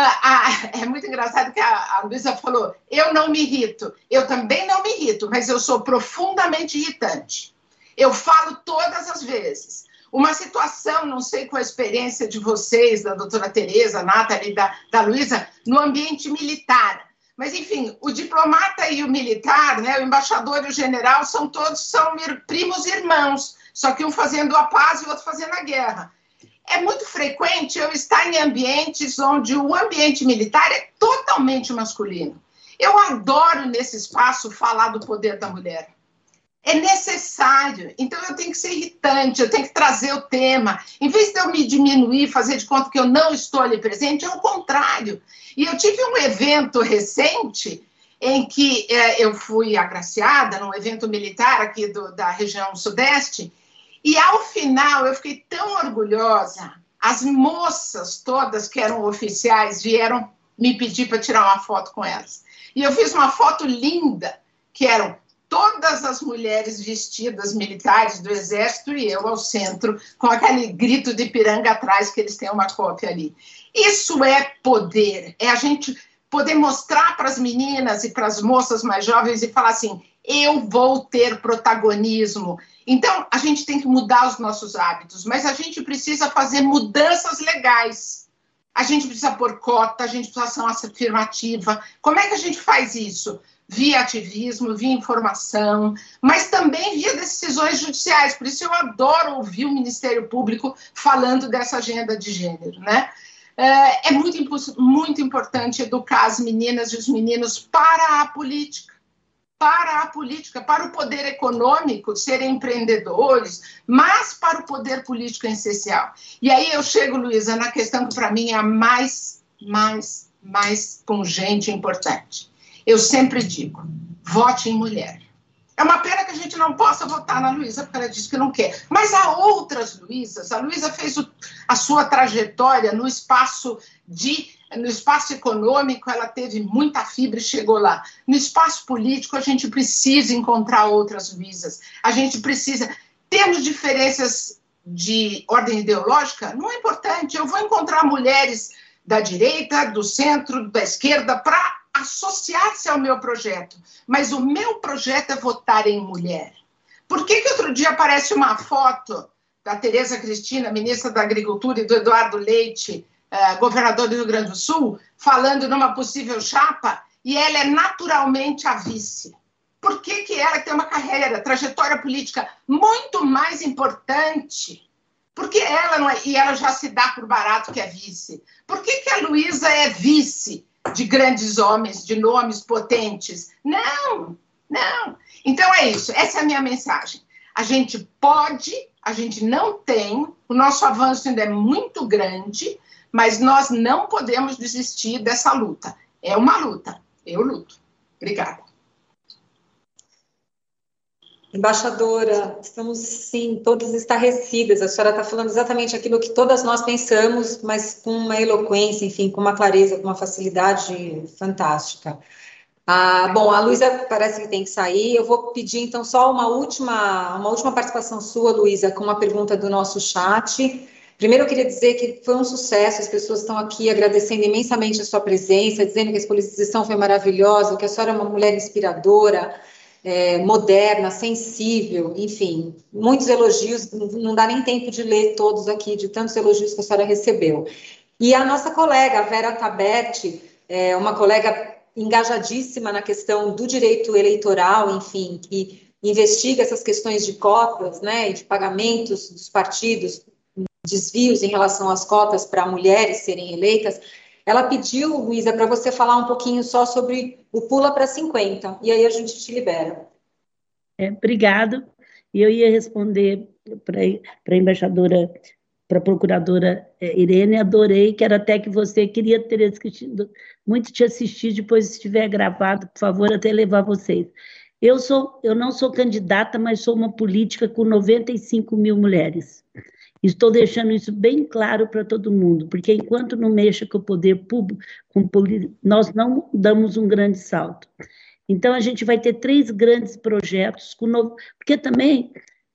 é muito engraçado que a Luísa falou, eu não me irrito. Eu também não me irrito, mas eu sou profundamente irritante. Eu falo todas as vezes. Uma situação, não sei qual a experiência de vocês, da doutora Tereza, Nathalie, da Luísa, no ambiente militar. Mas, enfim, o diplomata e o militar, né, o embaixador e o general, são primos irmãos, só que um fazendo a paz e o outro fazendo a guerra. É muito frequente eu estar em ambientes onde o ambiente militar é totalmente masculino. Eu adoro, nesse espaço, falar do poder da mulher. É necessário, então eu tenho que ser irritante, eu tenho que trazer o tema. Em vez de eu me diminuir, fazer de conta que eu não estou ali presente, é o contrário. E eu tive um evento recente em que eu fui agraciada, num evento militar aqui da região sudeste, e ao final eu fiquei tão orgulhosa, as moças todas que eram oficiais vieram me pedir para tirar uma foto com elas. E eu fiz uma foto linda, que eram todas as mulheres vestidas militares do Exército e eu ao centro, com aquele grito de Ipiranga atrás, que eles têm uma cópia ali. Isso é poder, é a gente poder mostrar para as meninas e para as moças mais jovens e falar assim, eu vou ter protagonismo. Então, a gente tem que mudar os nossos hábitos, mas a gente precisa fazer mudanças legais. A gente precisa pôr cota, a gente precisa ser uma afirmativa. Como é que a gente faz isso? Via ativismo, via informação, mas também via decisões judiciais. Por isso eu adoro ouvir o Ministério Público falando dessa agenda de gênero, né? É muito importante educar as meninas e os meninos para a política, para o poder econômico, serem empreendedores, mas para o poder político em essencial. E aí eu chego, Luísa, na questão que para mim é a mais pungente e importante. Eu sempre digo, vote em mulher. É uma pena que a gente não possa votar na Luísa, porque ela disse que não quer. Mas há outras Luísas. A Luísa fez a sua trajetória no espaço econômico, ela teve muita fibra e chegou lá. No espaço político, a gente precisa encontrar outras Luísas. A gente precisa... Temos diferenças de ordem ideológica? Não é importante. Eu vou encontrar mulheres da direita, do centro, da esquerda, para associar-se ao meu projeto, mas o meu projeto é votar em mulher. Por que outro dia aparece uma foto da Tereza Cristina, ministra da Agricultura, e do Eduardo Leite, governador do Rio Grande do Sul, falando numa possível chapa, e ela é naturalmente a vice? Por que ela tem uma carreira, trajetória política muito mais importante? Porque ela não é, e ela já se dá por barato que é vice? Por que a Luísa é vice de grandes homens, de nomes potentes? Não. Então é isso, essa é a minha mensagem. A gente pode, a gente não tem, o nosso avanço ainda é muito grande, mas nós não podemos desistir dessa luta. É uma luta, eu luto. Obrigada. Embaixadora, estamos, sim, todas estarrecidas. A senhora está falando exatamente aquilo que todas nós pensamos, mas com uma eloquência, enfim, com uma clareza, com uma facilidade fantástica. Bom, a Luísa parece que tem que sair. Eu vou pedir, então, só uma última participação sua, Luísa, com uma pergunta do nosso chat. Primeiro, eu queria dizer que foi um sucesso, as pessoas estão aqui agradecendo imensamente a sua presença, dizendo que a exposição foi maravilhosa, que a senhora é uma mulher inspiradora, moderna, sensível, enfim, muitos elogios, não dá nem tempo de ler todos aqui, de tantos elogios que a senhora recebeu. E a nossa colega, a Vera Taberti, uma colega engajadíssima na questão do direito eleitoral, enfim, que investiga essas questões de cotas, né, e de pagamentos dos partidos, desvios em relação às cotas para mulheres serem eleitas. Ela pediu, Luísa, para você falar um pouquinho só sobre o Pula para 50, e aí a gente te libera. Obrigado. E eu ia responder para a embaixadora, para a procuradora Irene, adorei, quero até que você queria ter assistido, muito te assistir, depois se estiver gravado, por favor, até levar vocês. Eu não sou candidata, mas sou uma política com 95 mil mulheres. Estou deixando isso bem claro para todo mundo, porque enquanto não mexa com o poder público, nós não damos um grande salto. Então, a gente vai ter 3 grandes projetos, porque também,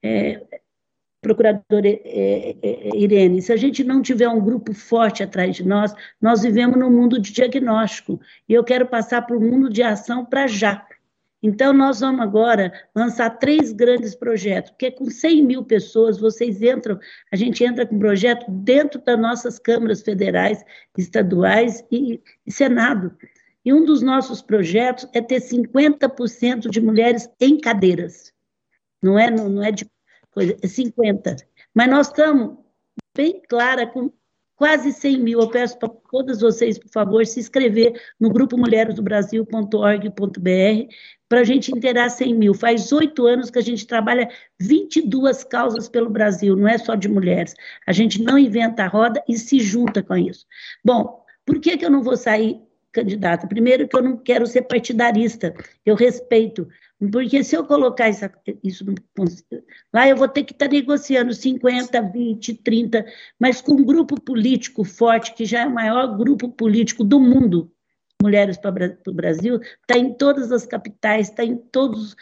procuradora Irene, se a gente não tiver um grupo forte atrás de nós vivemos num mundo de diagnóstico, e eu quero passar para o mundo de ação para já. Então, nós vamos agora lançar 3 grandes projetos, porque com 100 mil pessoas, a gente entra com um projeto dentro das nossas câmaras federais, estaduais e Senado. E um dos nossos projetos é ter 50% de mulheres em cadeiras. Não é de coisa, é 50%. Mas nós estamos bem clara com quase 100 mil. Eu peço para todas vocês, por favor, se inscrever no grupo mulheresdobrasil.org.br para a gente inteirar 100 mil. Faz 8 anos que a gente trabalha 22 causas pelo Brasil, não é só de mulheres. A gente não inventa a roda e se junta com isso. Bom, por que eu não vou sair candidata? Primeiro que eu não quero ser partidarista, eu respeito, porque se eu colocar isso lá, eu vou ter que estar negociando 50, 20, 30, mas com um grupo político forte, que já é o maior grupo político do mundo, Mulheres para o Brasil, está em todas as capitais, está em todos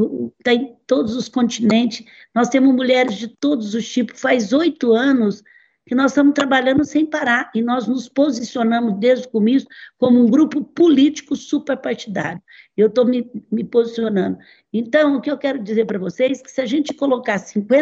os continentes, nós temos mulheres de todos os tipos, faz 8 anos que nós estamos trabalhando sem parar, e nós nos posicionamos desde o começo como um grupo político superpartidário. Eu estou me posicionando. Então, o que eu quero dizer para vocês é que se a gente colocar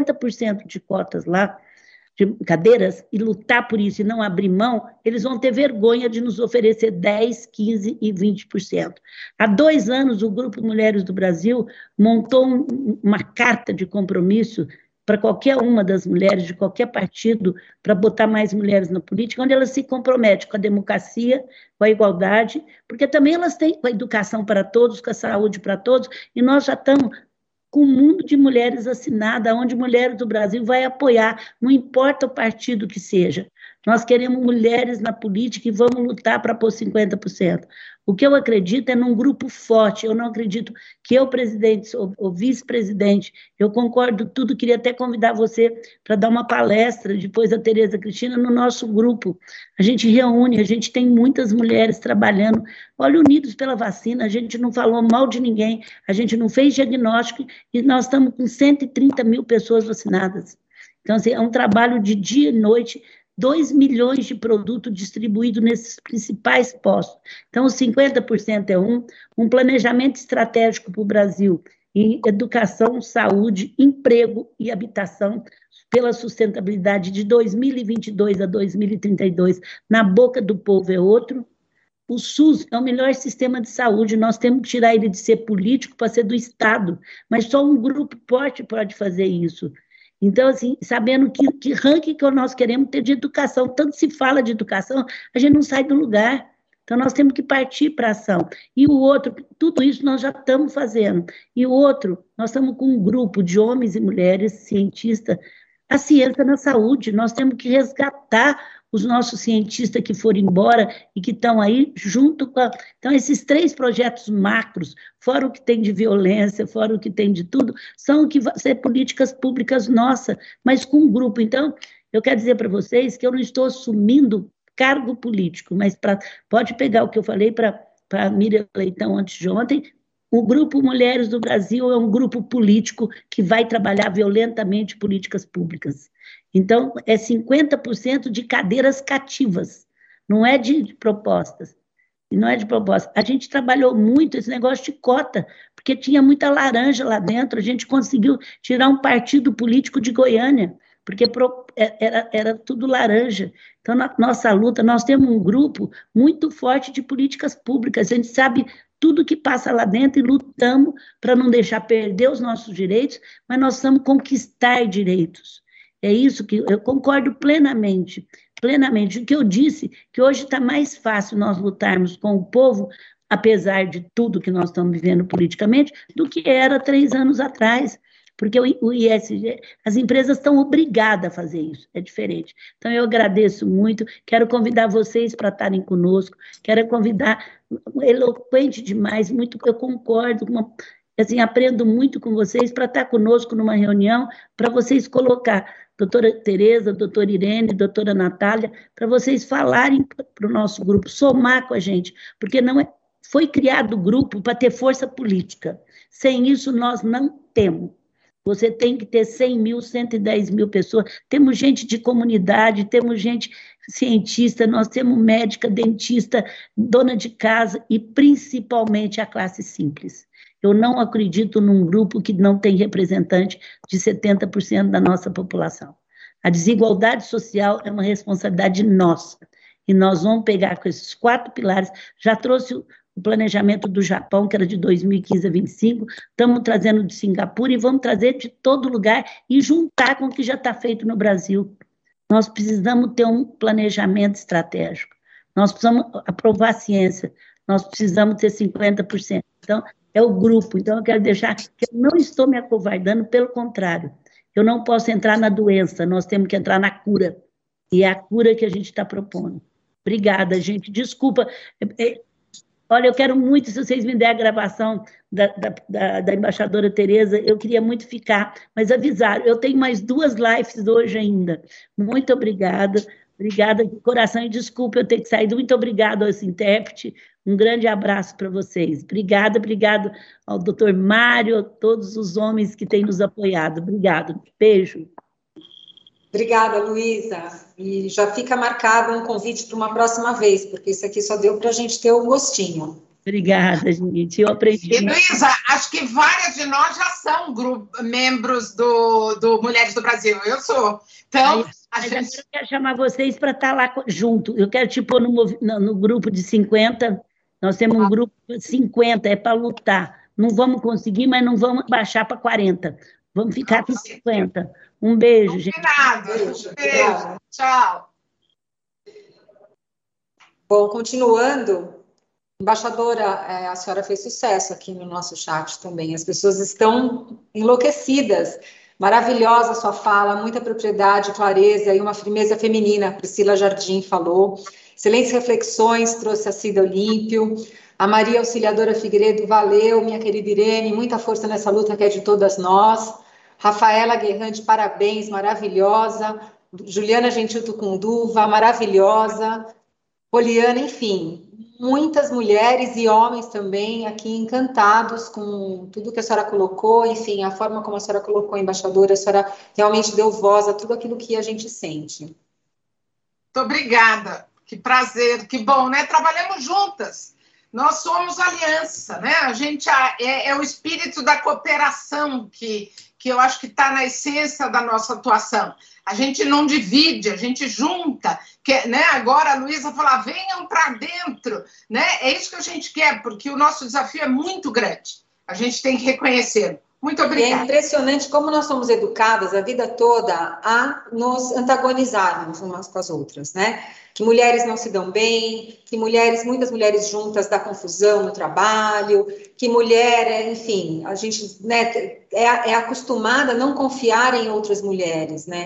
50% de cotas lá, de cadeiras, e lutar por isso e não abrir mão, eles vão ter vergonha de nos oferecer 10%, 15% e 20%. Há 2 anos, o Grupo Mulheres do Brasil montou uma carta de compromisso para qualquer uma das mulheres, de qualquer partido, para botar mais mulheres na política, onde elas se comprometem com a democracia, com a igualdade, porque também elas têm com a educação para todos, com a saúde para todos, e nós já estamos com um mundo de mulheres assinada, onde Mulheres do Brasil vai apoiar, não importa o partido que seja. Nós queremos mulheres na política e vamos lutar para pôr 50%. O que eu acredito é num grupo forte, eu não acredito que eu, presidente ou vice-presidente, eu concordo tudo, queria até convidar você para dar uma palestra, depois da Tereza Cristina, no nosso grupo. A gente reúne, a gente tem muitas mulheres trabalhando, olha, unidos pela vacina, a gente não falou mal de ninguém, a gente não fez diagnóstico e nós estamos com 130 mil pessoas vacinadas. Então, assim, é um trabalho de dia e noite, 2 milhões de produtos distribuídos nesses principais postos. Então, os 50% é um planejamento estratégico para o Brasil em educação, saúde, emprego e habitação pela sustentabilidade de 2022 a 2032, na boca do povo é outro. O SUS é o melhor sistema de saúde, nós temos que tirar ele de ser político para ser do Estado, mas só um grupo forte pode fazer isso. Então, assim, sabendo que ranking que nós queremos ter de educação, tanto se fala de educação, a gente não sai do lugar. Então, nós temos que partir para a ação. E o outro, tudo isso nós já estamos fazendo. E o outro, nós estamos com um grupo de homens e mulheres, cientistas, a ciência na saúde. Nós temos que resgatar os nossos cientistas que foram embora e que estão aí junto com Então, esses 3 projetos macros, fora o que tem de violência, fora o que tem de tudo, são o que vão ser políticas públicas nossas, mas com um grupo. Então, eu quero dizer para vocês que eu não estou assumindo cargo político, mas pode pegar o que eu falei para a Miriam Leitão antes de ontem. O Grupo Mulheres do Brasil é um grupo político que vai trabalhar violentamente políticas públicas. Então, é 50% de cadeiras cativas, não é de propostas. Não é de proposta. A gente trabalhou muito esse negócio de cota, porque tinha muita laranja lá dentro, a gente conseguiu tirar um partido político de Goiânia, porque era tudo laranja. Então, na nossa luta, nós temos um grupo muito forte de políticas públicas, a gente sabe tudo que passa lá dentro e lutamos para não deixar perder os nossos direitos, mas nós precisamos conquistar direitos. É isso que eu concordo plenamente. O que eu disse, que hoje está mais fácil nós lutarmos com o povo, apesar de tudo que nós estamos vivendo politicamente, do que era 3 anos atrás, porque o ISG, as empresas estão obrigadas a fazer isso, é diferente. Então, eu agradeço muito, quero convidar vocês para estarem conosco, quero convidar, eloquente demais, muito, eu concordo, assim, aprendo muito com vocês para estar conosco numa reunião, para vocês colocar doutora Tereza, doutora Irene, doutora Natália, para vocês falarem para o nosso grupo, somar com a gente, porque foi criado o grupo para ter força política. Sem isso, nós não temos. Você tem que ter 100 mil, 110 mil pessoas. Temos gente de comunidade, temos gente cientista, nós temos médica, dentista, dona de casa e, principalmente, a classe simples. Eu não acredito num grupo que não tem representante de 70% da nossa população. A desigualdade social é uma responsabilidade nossa. E nós vamos pegar com esses 4 pilares. Já trouxe o planejamento do Japão, que era de 2015 a 2025, estamos trazendo de Singapura e vamos trazer de todo lugar e juntar com o que já está feito no Brasil. Nós precisamos ter um planejamento estratégico. Nós precisamos aprovar a ciência. Nós precisamos ter 50%. Então, é o grupo. Então, eu quero deixar que eu não estou me acovardando, pelo contrário. Eu não posso entrar na doença, nós temos que entrar na cura. E é a cura que a gente está propondo. Obrigada, gente. Desculpa. Olha, eu quero muito, se vocês me derem a gravação da embaixadora Tereza, eu queria muito ficar, mas avisaram, eu tenho mais 2 lives hoje ainda. Muito obrigada de coração, e desculpa eu ter que sair. Muito obrigada ao intérprete, um grande abraço para vocês. Obrigado ao doutor Mário, a todos os homens que têm nos apoiado. Obrigado, beijo. Obrigada, Luísa. E já fica marcado um convite para uma próxima vez, porque isso aqui só deu para a gente ter um gostinho. Obrigada, gente. Eu aprendi. E, Luísa, acho que várias de nós já são membros do Mulheres do Brasil. Eu sou. Então, eu quero chamar vocês para estar lá junto. Eu quero te pôr no grupo de 50. Nós temos um grupo de 50, é para lutar. Não vamos conseguir, mas não vamos baixar para 40. Vamos ficar com 50. Um beijo, gente. Beijo. Tchau. Bom, continuando, embaixadora, a senhora fez sucesso aqui no nosso chat também. As pessoas estão enlouquecidas. Maravilhosa a sua fala, muita propriedade, clareza e uma firmeza feminina. Priscila Jardim falou. Excelentes reflexões, trouxe a Cida Olímpio. A Maria Auxiliadora Figueiredo, valeu, minha querida Irene, muita força nessa luta que é de todas nós. Rafaela Guerrante, parabéns, maravilhosa. Juliana Gentil Tucunduva, maravilhosa. Poliana, enfim, muitas mulheres e homens também aqui encantados com tudo que a senhora colocou, enfim, a forma como a senhora colocou, embaixadora, a senhora realmente deu voz a tudo aquilo que a gente sente. Muito obrigada, que prazer, que bom, né? Trabalhamos juntas. Nós somos aliança, né? A gente é o espírito da cooperação que eu acho que está na essência da nossa atuação. A gente não divide, a gente junta. Né? Agora a Luísa fala, venham para dentro. Né? É isso que a gente quer, porque o nosso desafio é muito grande. A gente tem que reconhecer. Muito obrigada. E é impressionante como nós somos educadas a vida toda a nos antagonizarmos umas com as outras, né? Que mulheres não se dão bem, que muitas mulheres juntas dá confusão no trabalho, que mulher, enfim, a gente, né, é acostumada a não confiar em outras mulheres, né?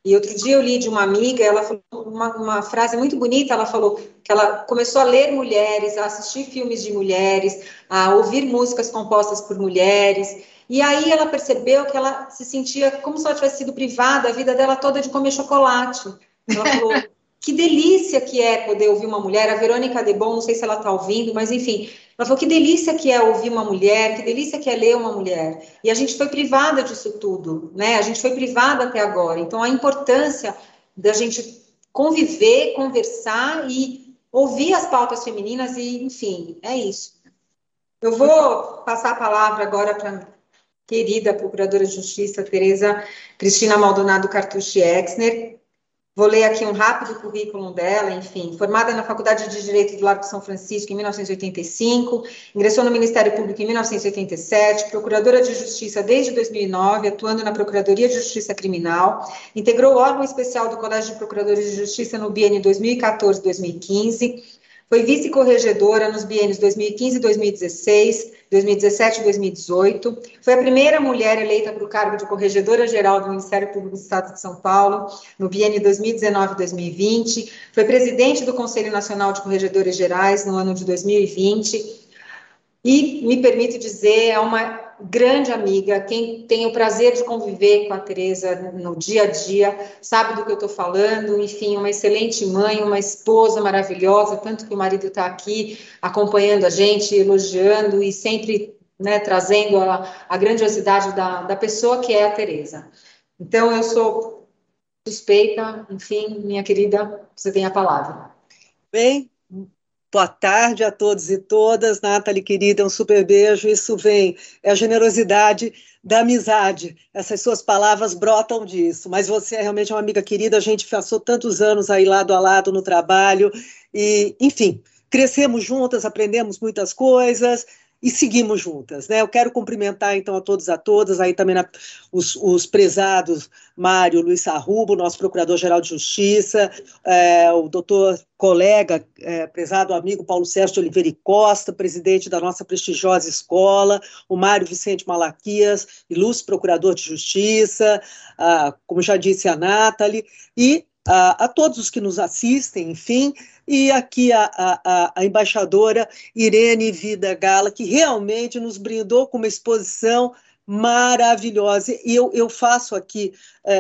E outro dia eu li de uma amiga, ela falou uma frase muito bonita, ela falou que ela começou a ler mulheres, a assistir filmes de mulheres, a ouvir músicas compostas por mulheres, e aí ela percebeu que ela se sentia como se ela tivesse sido privada a vida dela toda de comer chocolate. Ela falou, que delícia que é poder ouvir uma mulher, a Verônica Debon, não sei se ela está ouvindo, mas enfim, ela falou, que delícia que é ouvir uma mulher, que delícia que é ler uma mulher. E a gente foi privada disso tudo, né? A gente foi privada até agora. Então, a importância da gente conviver, conversar e ouvir as pautas femininas e, enfim, é isso. Eu vou passar a palavra agora para a querida Procuradora de Justiça, Tereza Cristina Maldonado Cartucci Exner. Vou ler aqui um rápido currículo dela, enfim, formada na Faculdade de Direito do Largo de São Francisco em 1985, ingressou no Ministério Público em 1987, procuradora de Justiça desde 2009, atuando na Procuradoria de Justiça Criminal, integrou o órgão especial do Colégio de Procuradores de Justiça no biênio 2014-2015, foi vice-corregedora nos biênios 2015 e 2016, 2017 e 2018. Foi a primeira mulher eleita para o cargo de corregedora-geral do Ministério Público do Estado de São Paulo, no biênio 2019 e 2020. Foi presidente do Conselho Nacional de Corregedores Gerais no ano de 2020. E, me permito dizer, é uma grande amiga, quem tem o prazer de conviver com a Tereza no dia a dia, sabe do que eu estou falando, enfim, uma excelente mãe, uma esposa maravilhosa, tanto que o marido está aqui acompanhando a gente, elogiando e sempre, né, trazendo a grandiosidade da pessoa que é a Tereza. Então, eu sou suspeita, enfim, minha querida, você tem a palavra. Bem, boa tarde a todos e todas. Nathalie, querida, um super beijo. Isso é a generosidade da amizade. Essas suas palavras brotam disso. Mas você é realmente uma amiga querida. A gente passou tantos anos aí lado a lado no trabalho. E, enfim, crescemos juntas, aprendemos muitas coisas e seguimos juntas, né? Eu quero cumprimentar, então, a todos e a todas, aí também os prezados Mário Luiz Sarrubo, nosso Procurador-Geral de Justiça, o doutor colega, prezado amigo Paulo Sérgio de Oliveira e Costa, presidente da nossa prestigiosa escola, o Mário Vicente Malaquias, ilustre Procurador de Justiça, como já disse a Nathalie, e a todos os que nos assistem, enfim, e aqui a embaixadora Irene Vida Gala, que realmente nos brindou com uma exposição maravilhosa. E eu faço aqui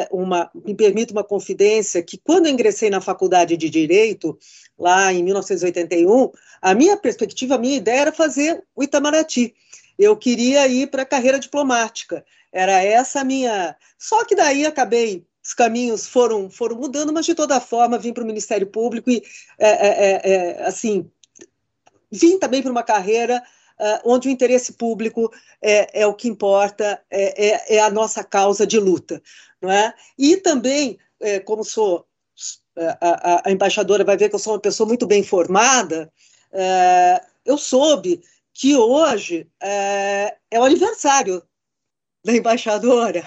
me permito uma confidência, que quando eu ingressei na Faculdade de Direito, lá em 1981, a minha perspectiva, a minha ideia era fazer o Itamaraty. Eu queria ir para a carreira diplomática. Era essa a minha... Só que daí acabei... Os caminhos foram mudando, mas de toda forma vim para o Ministério Público e, assim, vim também para uma carreira onde o interesse público é o que importa, é a nossa causa de luta, não é? E também, como sou, a embaixadora vai ver que eu sou uma pessoa muito bem informada, eu soube que hoje é o aniversário da embaixadora.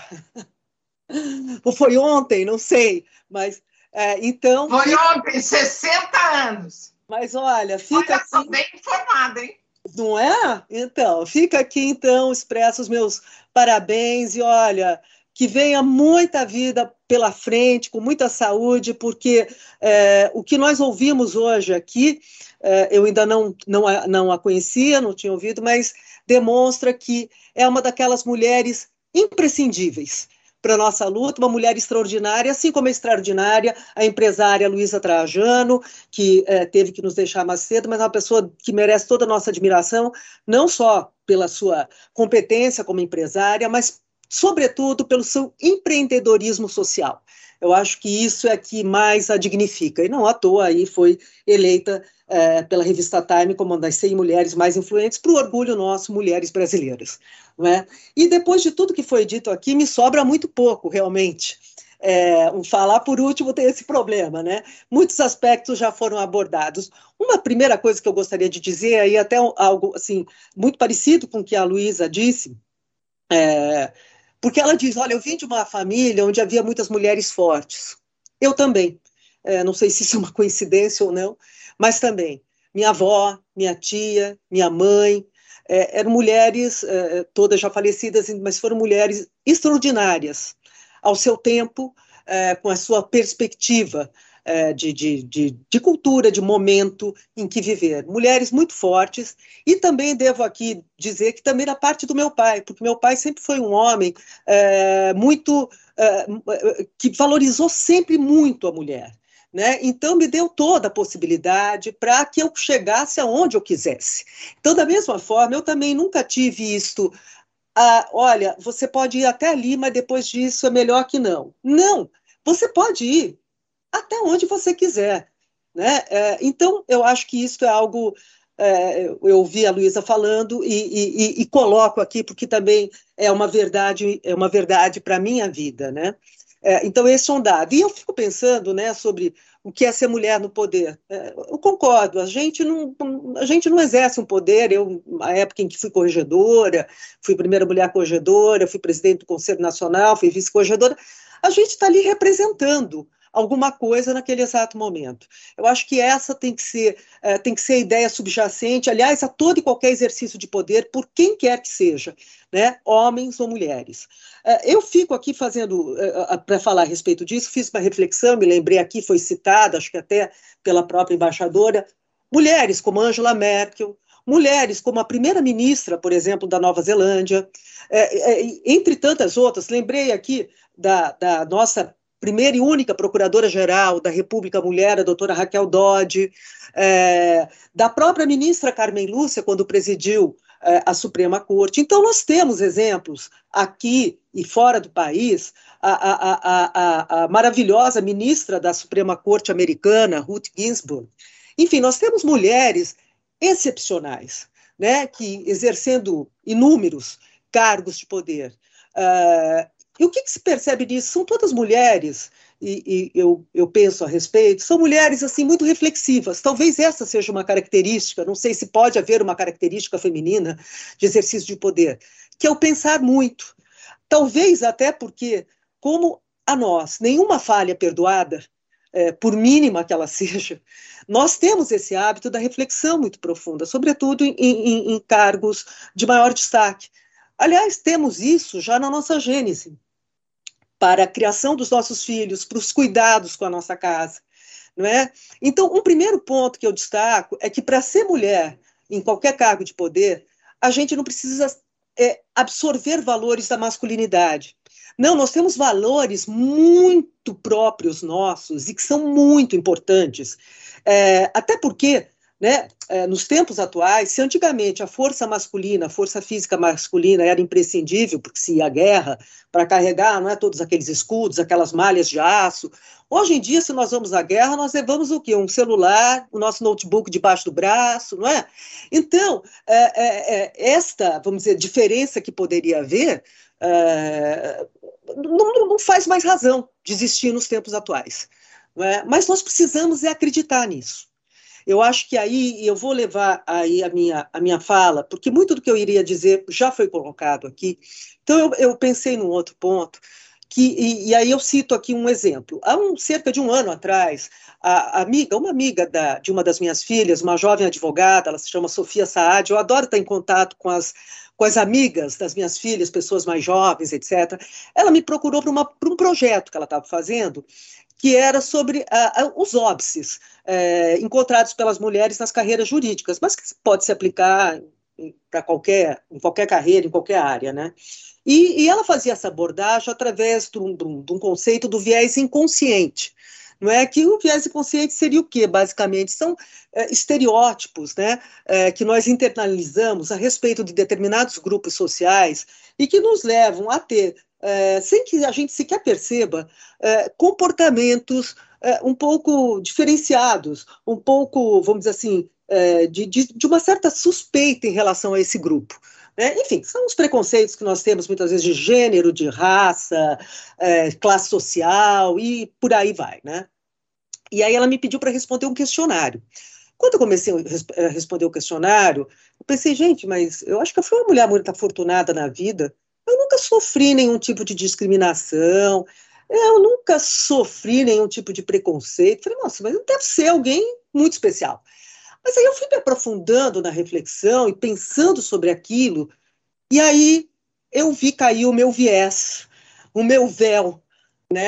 Ou foi ontem, não sei, mas então... Foi ontem, 60 anos. Mas olha, fica aqui... Estou bem informada, hein? Não é? Então, fica aqui, então, expresso os meus parabéns e olha, que venha muita vida pela frente, com muita saúde, porque o que nós ouvimos hoje aqui, eu ainda não a conhecia, não tinha ouvido, mas demonstra que é uma daquelas mulheres imprescindíveis para a nossa luta, uma mulher extraordinária, assim como é extraordinária a empresária Luísa Trajano, que teve que nos deixar mais cedo, mas é uma pessoa que merece toda a nossa admiração, não só pela sua competência como empresária, mas, sobretudo, pelo seu empreendedorismo social. Eu acho que isso é que mais a dignifica. E não à toa aí foi eleita pela revista Time como uma das 100 mulheres mais influentes, para o orgulho nosso, mulheres brasileiras. Não é? E depois de tudo que foi dito aqui, me sobra muito pouco, realmente. Falar por último tem esse problema, né? Muitos aspectos já foram abordados. Uma primeira coisa que eu gostaria de dizer, aí até algo assim, muito parecido com o que a Luísa disse, porque ela diz, olha, eu vim de uma família onde havia muitas mulheres fortes. Eu também. Não sei se isso é uma coincidência ou não, mas também. Minha avó, minha tia, minha mãe, eram mulheres, todas já falecidas, mas foram mulheres extraordinárias. Ao seu tempo, com a sua perspectiva de cultura, de momento em que viver. Mulheres muito fortes, e também devo aqui dizer que também da parte do meu pai, porque meu pai sempre foi um homem que valorizou sempre muito a mulher. Né? Então, me deu toda a possibilidade para que eu chegasse aonde eu quisesse. Então, da mesma forma, eu também nunca tive isto, olha, você pode ir até ali, mas depois disso é melhor que não. Não, você pode ir até onde você quiser. Né? Então, eu acho que isso é algo... eu ouvi a Luísa falando e coloco aqui, porque também é uma verdade para a minha vida, né? Então, esse é um dado. E eu fico pensando, né, sobre o que é ser mulher no poder. Eu concordo, a gente não exerce um poder. Eu, na época em que fui corregedora, fui a primeira mulher corregedora, fui presidente do Conselho Nacional, fui vice-corregedora, a gente está ali representando alguma coisa naquele exato momento. Eu acho que essa tem que ser a ideia subjacente, aliás, a todo e qualquer exercício de poder, por quem quer que seja, né, homens ou mulheres. Eu fico aqui fazendo, para falar a respeito disso, fiz uma reflexão, me lembrei aqui, foi citada, acho que até pela própria embaixadora, mulheres como Angela Merkel, mulheres como a primeira-ministra, por exemplo, da Nova Zelândia, entre tantas outras. Lembrei aqui da nossa primeira e única procuradora-geral da República Mulher, a doutora Raquel Dodge, da própria ministra Carmen Lúcia, quando presidiu a Suprema Corte. Então, nós temos exemplos aqui e fora do país. A maravilhosa ministra da Suprema Corte americana, Ruth Ginsburg. Enfim, nós temos mulheres excepcionais, né, que exercendo inúmeros cargos de poder. E o que se percebe disso? São todas mulheres, e eu penso a respeito, são mulheres assim muito reflexivas. Talvez essa seja uma característica, não sei se pode haver uma característica feminina de exercício de poder, que é o pensar muito. Talvez até porque, como a nós, nenhuma falha é perdoada, por mínima que ela seja, nós temos esse hábito da reflexão muito profunda, sobretudo em cargos de maior destaque. Aliás, temos isso já na nossa gênese, para a criação dos nossos filhos, para os cuidados com a nossa casa. Não é? Então, um primeiro ponto que eu destaco é que, para ser mulher em qualquer cargo de poder, a gente não precisa absorver valores da masculinidade. Não, nós temos valores muito próprios nossos e que são muito importantes. Até porque, né, nos tempos atuais, se antigamente a força masculina, a força física masculina era imprescindível, porque se ia à guerra para carregar, não é, todos aqueles escudos, aquelas malhas de aço. Hoje em dia, se nós vamos à guerra, nós levamos o quê? Um celular, o nosso notebook debaixo do braço, não é? Então, esta, vamos dizer, diferença que poderia haver, não faz mais razão de existir nos tempos atuais. Não é? Mas nós precisamos acreditar nisso. Eu acho que aí, eu vou levar aí a minha fala, porque muito do que eu iria dizer já foi colocado aqui. Então, eu pensei num outro ponto, e aí eu cito aqui um exemplo. Há cerca de um ano atrás, uma amiga de uma das minhas filhas, uma jovem advogada, ela se chama Sofia Saad, eu adoro estar em contato com as amigas das minhas filhas, pessoas mais jovens, etc. Ela me procurou para um projeto que ela estava fazendo, que era sobre os óbices encontrados pelas mulheres nas carreiras jurídicas, mas que pode se aplicar em qualquer carreira, em qualquer área, né? E ela fazia essa abordagem através de um conceito do viés inconsciente. Não é que o viés inconsciente seria o quê? Basicamente, são estereótipos, né, que nós internalizamos a respeito de determinados grupos sociais e que nos levam a ter, sem que a gente sequer perceba, comportamentos um pouco diferenciados, um pouco, vamos dizer assim, de uma certa suspeita em relação a esse grupo. Enfim, são os preconceitos que nós temos muitas vezes de gênero, de raça, classe social e por aí vai, né? E aí ela me pediu para responder um questionário. Quando eu comecei a responder o questionário, eu pensei, gente, mas eu acho que eu fui uma mulher muito afortunada na vida. Eu nunca sofri nenhum tipo de discriminação, eu nunca sofri nenhum tipo de preconceito. Falei, nossa, mas deve ser alguém muito especial. Mas aí eu fui me aprofundando na reflexão e pensando sobre aquilo, e aí eu vi cair o meu viés, o meu véu, né?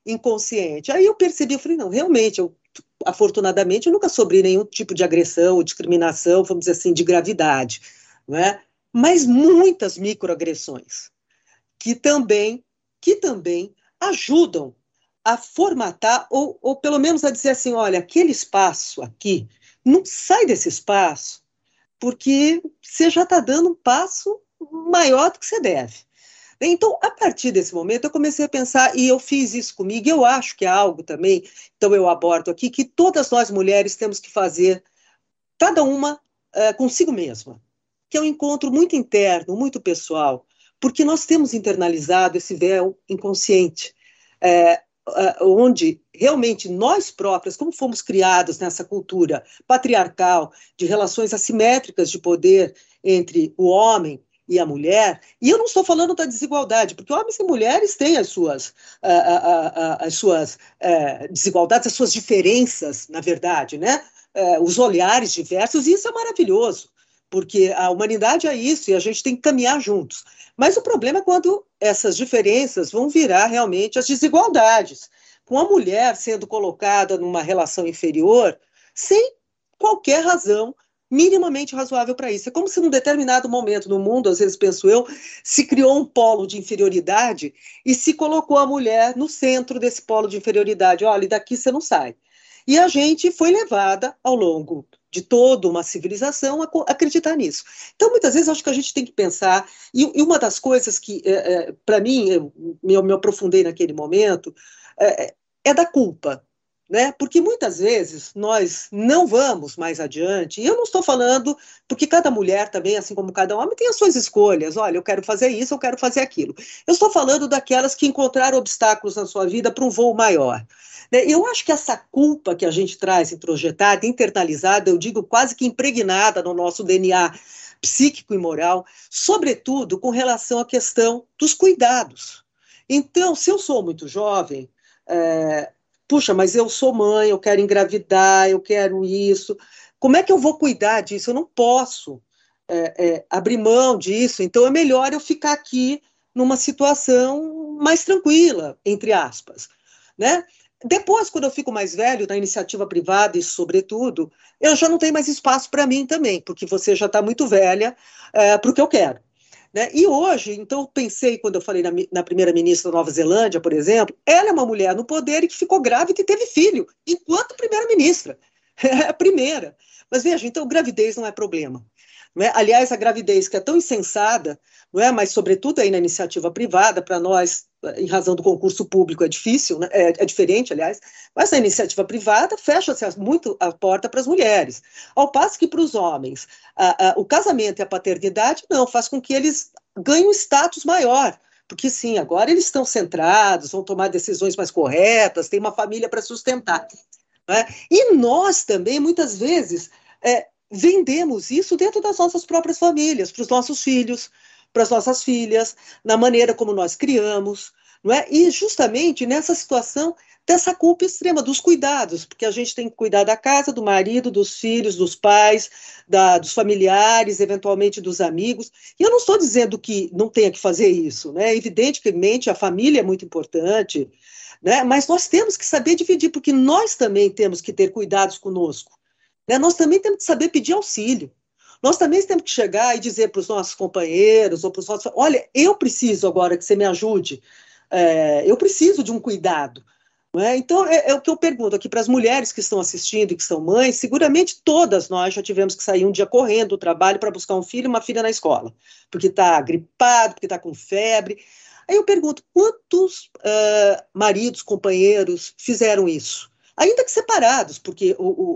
inconsciente. Aí eu percebi, eu falei, não, realmente, afortunadamente, eu nunca sofri nenhum tipo de agressão ou discriminação, vamos dizer assim, de gravidade, não é? Mas muitas microagressões que também ajudam a formatar, ou pelo menos a dizer assim, olha, aquele espaço aqui, não sai desse espaço, porque você já está dando um passo maior do que você deve. Então, a partir desse momento, eu comecei a pensar, e eu fiz isso comigo, e eu acho que é algo também, então eu abordo aqui, que todas nós mulheres temos que fazer, cada uma consigo mesma, que é um encontro muito interno, muito pessoal, porque nós temos internalizado esse véu inconsciente, onde realmente nós próprias, como fomos criados nessa cultura patriarcal, de relações assimétricas de poder entre o homem e a mulher, e eu não estou falando da desigualdade, porque homens e mulheres têm as suas desigualdades, as suas diferenças, na verdade, né? Os olhares diversos, e isso é maravilhoso, porque a humanidade é isso, e a gente tem que caminhar juntos. Mas o problema é quando essas diferenças vão virar realmente as desigualdades, com a mulher sendo colocada numa relação inferior, sem qualquer razão minimamente razoável para isso. É como se num determinado momento no mundo, às vezes penso eu, se criou um polo de inferioridade e se colocou a mulher no centro desse polo de inferioridade. Olha, daqui você não sai. E a gente foi levada ao longo de toda uma civilização a acreditar nisso. Então, muitas vezes, acho que a gente tem que pensar, e uma das coisas que, para mim, eu me aprofundei naquele momento, é da culpa. Né? Porque muitas vezes nós não vamos mais adiante, e eu não estou falando, porque cada mulher também, assim como cada homem, tem as suas escolhas, olha, eu quero fazer isso, eu quero fazer aquilo. Eu estou falando daquelas que encontraram obstáculos na sua vida para um voo maior. Né? Eu acho que essa culpa que a gente traz introjetada, internalizada, eu digo quase que impregnada no nosso DNA psíquico e moral, sobretudo com relação à questão dos cuidados. Então, se eu sou muito jovem, puxa, mas eu sou mãe, eu quero engravidar, eu quero isso. Como é que eu vou cuidar disso? Eu não posso abrir mão disso, então é melhor eu ficar aqui numa situação mais tranquila, entre aspas. Né? Depois, quando eu fico mais velho, na iniciativa privada e sobretudo, eu já não tenho mais espaço para mim também, porque você já está muito velha para o que eu quero. Né? E hoje, então, eu pensei, quando eu falei na primeira-ministra da Nova Zelândia, por exemplo, ela é uma mulher no poder e que ficou grávida e teve filho, enquanto primeira-ministra. É a primeira. Mas veja, então, gravidez não é problema. Não é? Aliás, a gravidez que é tão insensada, não é? Mas, sobretudo, aí na iniciativa privada, para nós, em razão do concurso público, é difícil, né? É diferente, aliás, mas na iniciativa privada fecha-se muito a porta para as mulheres. Ao passo que para os homens, o casamento e a paternidade, não, faz com que eles ganhem um status maior. Porque, sim, agora eles estão centrados, vão tomar decisões mais corretas, têm uma família para sustentar. Né? E nós também, muitas vezes, vendemos isso dentro das nossas próprias famílias, para os nossos filhos, para as nossas filhas, na maneira como nós criamos, não é? E justamente nessa situação dessa culpa extrema, dos cuidados, porque a gente tem que cuidar da casa, do marido, dos filhos, dos pais, dos familiares, eventualmente dos amigos. E eu não estou dizendo que não tenha que fazer isso, né? Evidentemente, a família é muito importante, né? Mas nós temos que saber dividir, porque nós também temos que ter cuidados conosco. Né? Nós também temos que saber pedir auxílio. Nós também temos que chegar e dizer para os nossos companheiros ou para os nossos... Olha, eu preciso agora que você me ajude. Eu preciso de um cuidado. Não é? Então, é o que eu pergunto aqui para as mulheres que estão assistindo e que são mães, seguramente todas nós já tivemos que sair um dia correndo do trabalho para buscar um filho e uma filha na escola, porque está gripado, porque está com febre. Aí eu pergunto, quantos maridos, companheiros fizeram isso? Ainda que separados, porque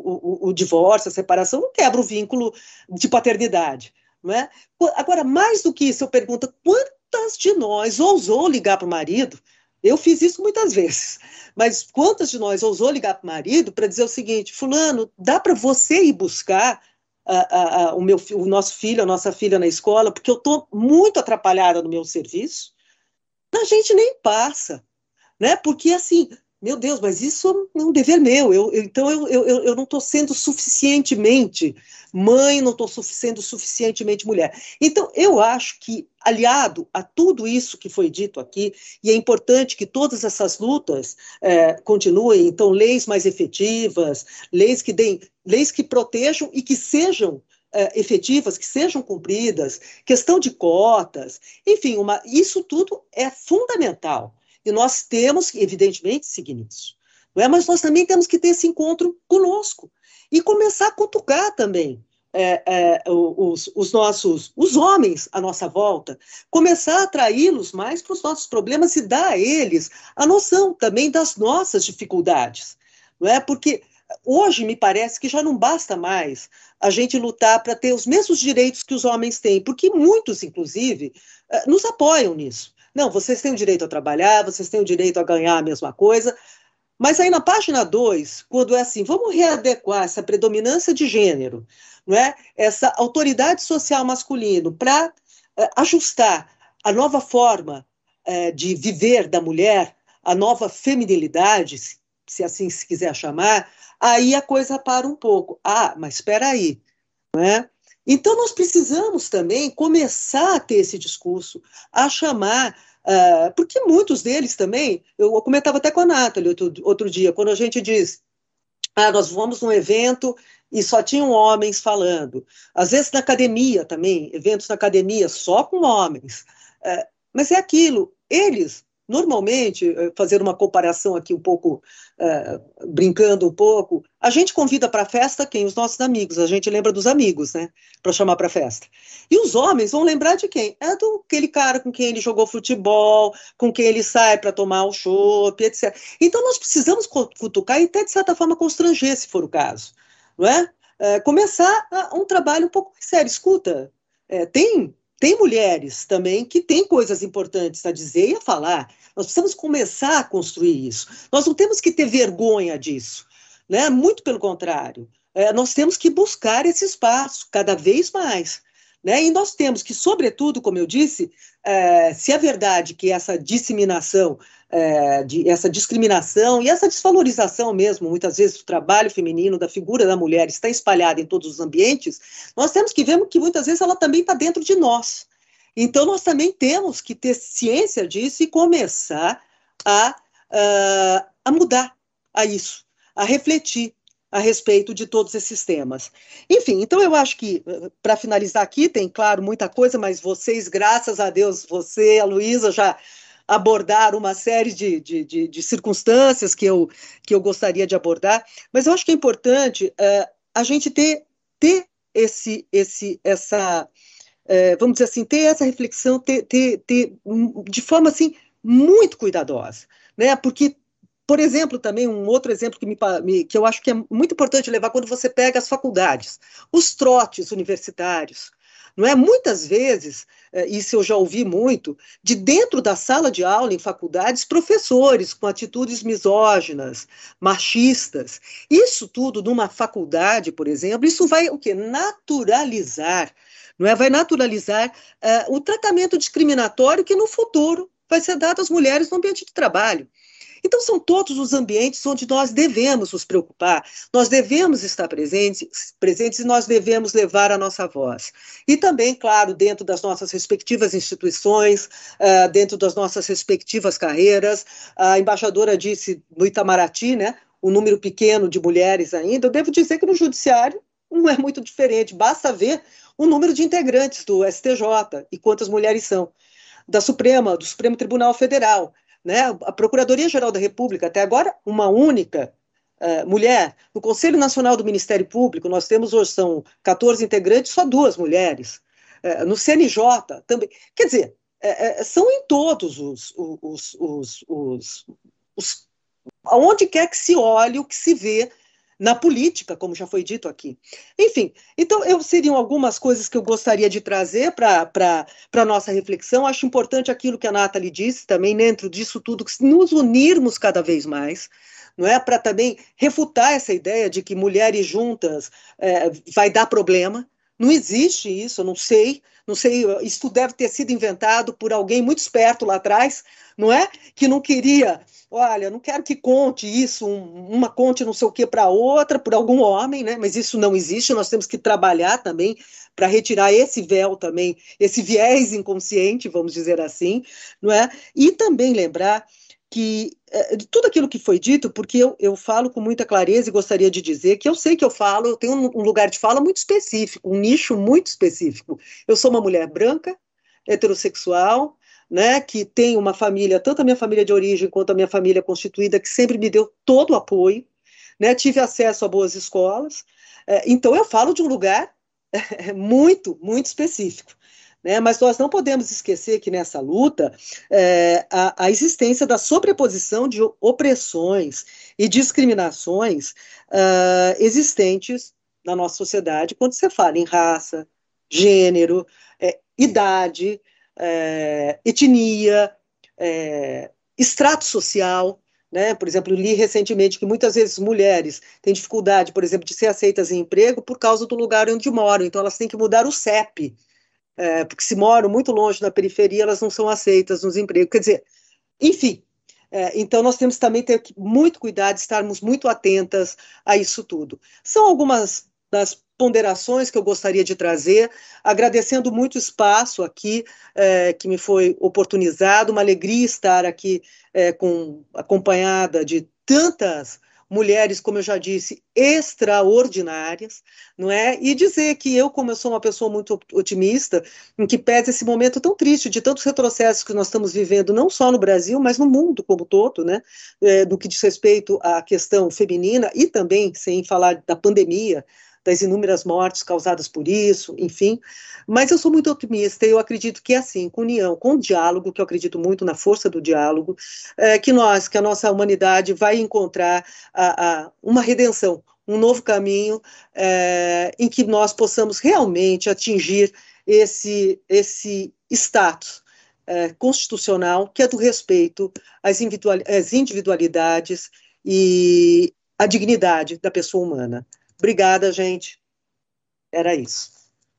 o divórcio, a separação não quebra o vínculo de paternidade. Não é? Agora, mais do que isso, eu pergunto, quantas de nós ousou ligar para o marido? Eu fiz isso muitas vezes, mas quantas de nós ousou ligar para o marido para dizer o seguinte, fulano, dá para você ir buscar o nosso filho, a nossa filha na escola, porque eu estou muito atrapalhada no meu serviço? A gente nem passa, né? Porque assim, meu Deus, mas isso é um dever meu, então eu não estou sendo suficientemente mãe, não estou sendo suficientemente mulher. Então, eu acho que, aliado a tudo isso que foi dito aqui, e é importante que todas essas lutas continuem, então, leis mais efetivas, leis que protejam e que sejam efetivas, que sejam cumpridas, questão de cotas, enfim, isso tudo é fundamental. E nós temos que, evidentemente, seguir nisso. Não é? Mas nós também temos que ter esse encontro conosco e começar a cutucar também os homens à nossa volta, começar a atraí-los mais para os nossos problemas e dar a eles a noção também das nossas dificuldades. Não é? Porque hoje me parece que já não basta mais a gente lutar para ter os mesmos direitos que os homens têm, porque muitos, inclusive, nos apoiam nisso. Não, vocês têm o direito a trabalhar, vocês têm o direito a ganhar a mesma coisa, mas aí na página 2, quando é assim, vamos readequar essa predominância de gênero, não é? Essa autoridade social masculina para ajustar a nova forma de viver da mulher, a nova feminilidade, se assim se quiser chamar, aí a coisa para um pouco. Ah, mas espera aí, não é? Então, nós precisamos também começar a ter esse discurso, a chamar, porque muitos deles também, eu comentava até com a Nathalie outro dia, quando a gente diz, nós vamos num evento e só tinham homens falando. Às vezes na academia também, eventos na academia só com homens. Mas é aquilo, eles, normalmente, fazer uma comparação aqui um pouco, brincando um pouco, a gente convida para a festa quem? Os nossos amigos, a gente lembra dos amigos, né, para chamar para a festa. E os homens vão lembrar de quem? É do aquele cara com quem ele jogou futebol, com quem ele sai para tomar o chopp, etc. Então nós precisamos cutucar e até, de certa forma, constranger, se for o caso, não é? Começar um trabalho um pouco mais sério. Escuta, tem mulheres também que têm coisas importantes a dizer e a falar. Nós precisamos começar a construir isso. Nós não temos que ter vergonha disso, né? Muito pelo contrário. Nós temos que buscar esse espaço cada vez mais, né? E nós temos que, sobretudo, como eu disse, se é verdade que essa disseminação, essa discriminação e essa desvalorização mesmo, muitas vezes, do trabalho feminino, da figura da mulher, está espalhada em todos os ambientes, nós temos que ver que muitas vezes ela também está dentro de nós. Então, nós também temos que ter ciência disso e começar a mudar a isso, a refletir a respeito de todos esses temas. Enfim, então eu acho que, para finalizar aqui, tem, claro, muita coisa, mas vocês, graças a Deus, você, a Luísa, já abordaram uma série de circunstâncias que eu gostaria de abordar, mas eu acho que é importante a gente ter essa, vamos dizer assim, ter essa reflexão, ter de forma, assim, muito cuidadosa, né? Porque, por exemplo, também um outro exemplo que eu acho que é muito importante levar quando você pega as faculdades, os trotes universitários, não é? Muitas vezes, isso eu já ouvi muito, de dentro da sala de aula em faculdades, professores com atitudes misóginas, machistas. Isso tudo numa faculdade, por exemplo, isso vai o quê? Naturalizar, não é? Vai naturalizar o tratamento discriminatório que no futuro vai ser dado às mulheres no ambiente de trabalho. Então, são todos os ambientes onde nós devemos nos preocupar, nós devemos estar presentes e nós devemos levar a nossa voz. E também, claro, dentro das nossas respectivas instituições, dentro das nossas respectivas carreiras. A embaixadora disse no Itamaraty, né, um número pequeno de mulheres ainda. Eu devo dizer que no judiciário não é muito diferente, basta ver o número de integrantes do STJ e quantas mulheres são, do Supremo Tribunal Federal. Né? A Procuradoria-Geral da República, até agora, uma única mulher. No Conselho Nacional do Ministério Público, nós temos hoje, são 14 integrantes, só 2 mulheres. No CNJ também. Quer dizer, são em todos aonde quer que se olhe, o que se vê na política, como já foi dito aqui. Enfim, então seriam algumas coisas que eu gostaria de trazer para a nossa reflexão. Acho importante aquilo que a Nathalie disse também, dentro disso tudo, que nos unirmos cada vez mais, não é? Para também refutar essa ideia de que mulheres juntas vai dar problema. Não existe isso, eu não sei, isso deve ter sido inventado por alguém muito esperto lá atrás, não é? Que não queria olha, não quero que conte isso, uma conte não sei o que para outra, por algum homem, né? Mas isso não existe, nós temos que trabalhar também para retirar esse véu também, esse viés inconsciente, vamos dizer assim, não é? E também lembrar que de tudo aquilo que foi dito, porque eu falo com muita clareza e gostaria de dizer que eu sei que eu falo, eu tenho um lugar de fala muito específico, um nicho muito específico. Eu sou uma mulher branca, heterossexual, né, que tem uma família, tanto a minha família de origem quanto a minha família constituída, que sempre me deu todo o apoio, né, tive acesso a boas escolas, então eu falo de um lugar muito, muito específico. Né, mas nós não podemos esquecer que nessa luta a existência da sobreposição de opressões e discriminações existentes na nossa sociedade quando você fala em raça, gênero, idade, etnia, extrato social, né? Por exemplo, li recentemente que muitas vezes mulheres têm dificuldade, por exemplo, de ser aceitas em emprego por causa do lugar onde moram, então elas têm que mudar o CEP, porque se moram muito longe da periferia, elas não são aceitas nos empregos. Quer dizer, enfim, então nós temos também que ter muito cuidado, estarmos muito atentas a isso tudo. São algumas das ponderações que eu gostaria de trazer, agradecendo muito o espaço aqui que me foi oportunizado, uma alegria estar aqui acompanhada de tantas mulheres, como eu já disse, extraordinárias, não é? E dizer que como eu sou uma pessoa muito otimista, em que pese esse momento tão triste de tantos retrocessos que nós estamos vivendo, não só no Brasil, mas no mundo como todo, né? Do que diz respeito à questão feminina e também, sem falar da pandemia, das inúmeras mortes causadas por isso, enfim. Mas eu sou muito otimista e eu acredito que é assim, com união, com diálogo, que eu acredito muito na força do diálogo, que a nossa humanidade vai encontrar uma redenção, um novo caminho em que nós possamos realmente atingir esse status constitucional, que é do respeito às individualidades e à dignidade da pessoa humana. Obrigada, gente. Era isso.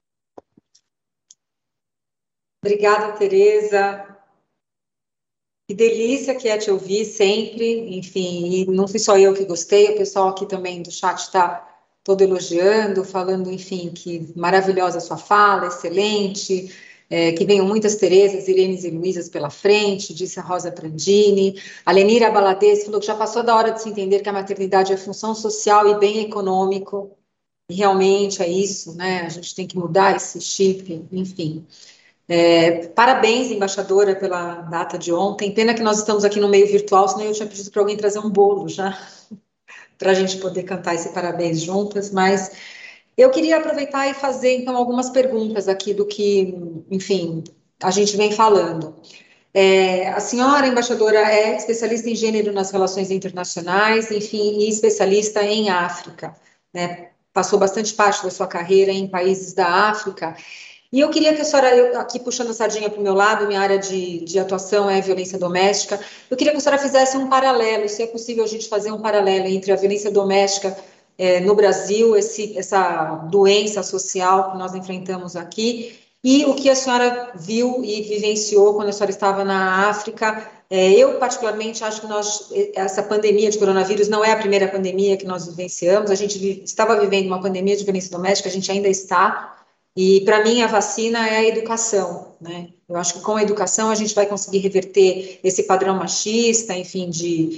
Obrigada, Tereza. Que delícia que é te ouvir sempre. Enfim, e não fui só eu que gostei, o pessoal aqui também do chat está todo elogiando, falando, enfim, que maravilhosa a sua fala, excelente. Que venham muitas Terezas, Irenes e Luísas pela frente, disse a Rosa Prandini. A Lenira Baladez falou que já passou da hora de se entender que a maternidade é função social e bem econômico. E realmente é isso, né? A gente tem que mudar esse chip, enfim. Parabéns, embaixadora, pela data de ontem. Pena que nós estamos aqui no meio virtual, senão eu tinha pedido para alguém trazer um bolo já, para a gente poder cantar esse parabéns juntas, mas eu queria aproveitar e fazer, então, algumas perguntas aqui do que, enfim, a gente vem falando. A senhora, embaixadora, é especialista em gênero nas relações internacionais, enfim, e especialista em África, né? Passou bastante parte da sua carreira em países da África. E eu queria que a senhora, aqui puxando a sardinha para o meu lado, minha área de atuação é violência doméstica, eu queria que a senhora fizesse um paralelo, se é possível a gente fazer um paralelo entre a violência doméstica no Brasil, essa doença social que nós enfrentamos aqui, e o que a senhora viu e vivenciou quando a senhora estava na África. Eu, particularmente, acho que essa pandemia de coronavírus não é a primeira pandemia que nós vivenciamos, a gente estava vivendo uma pandemia de violência doméstica, a gente ainda está. E, para mim, a vacina é a educação, né? Eu acho que com a educação a gente vai conseguir reverter esse padrão machista, enfim,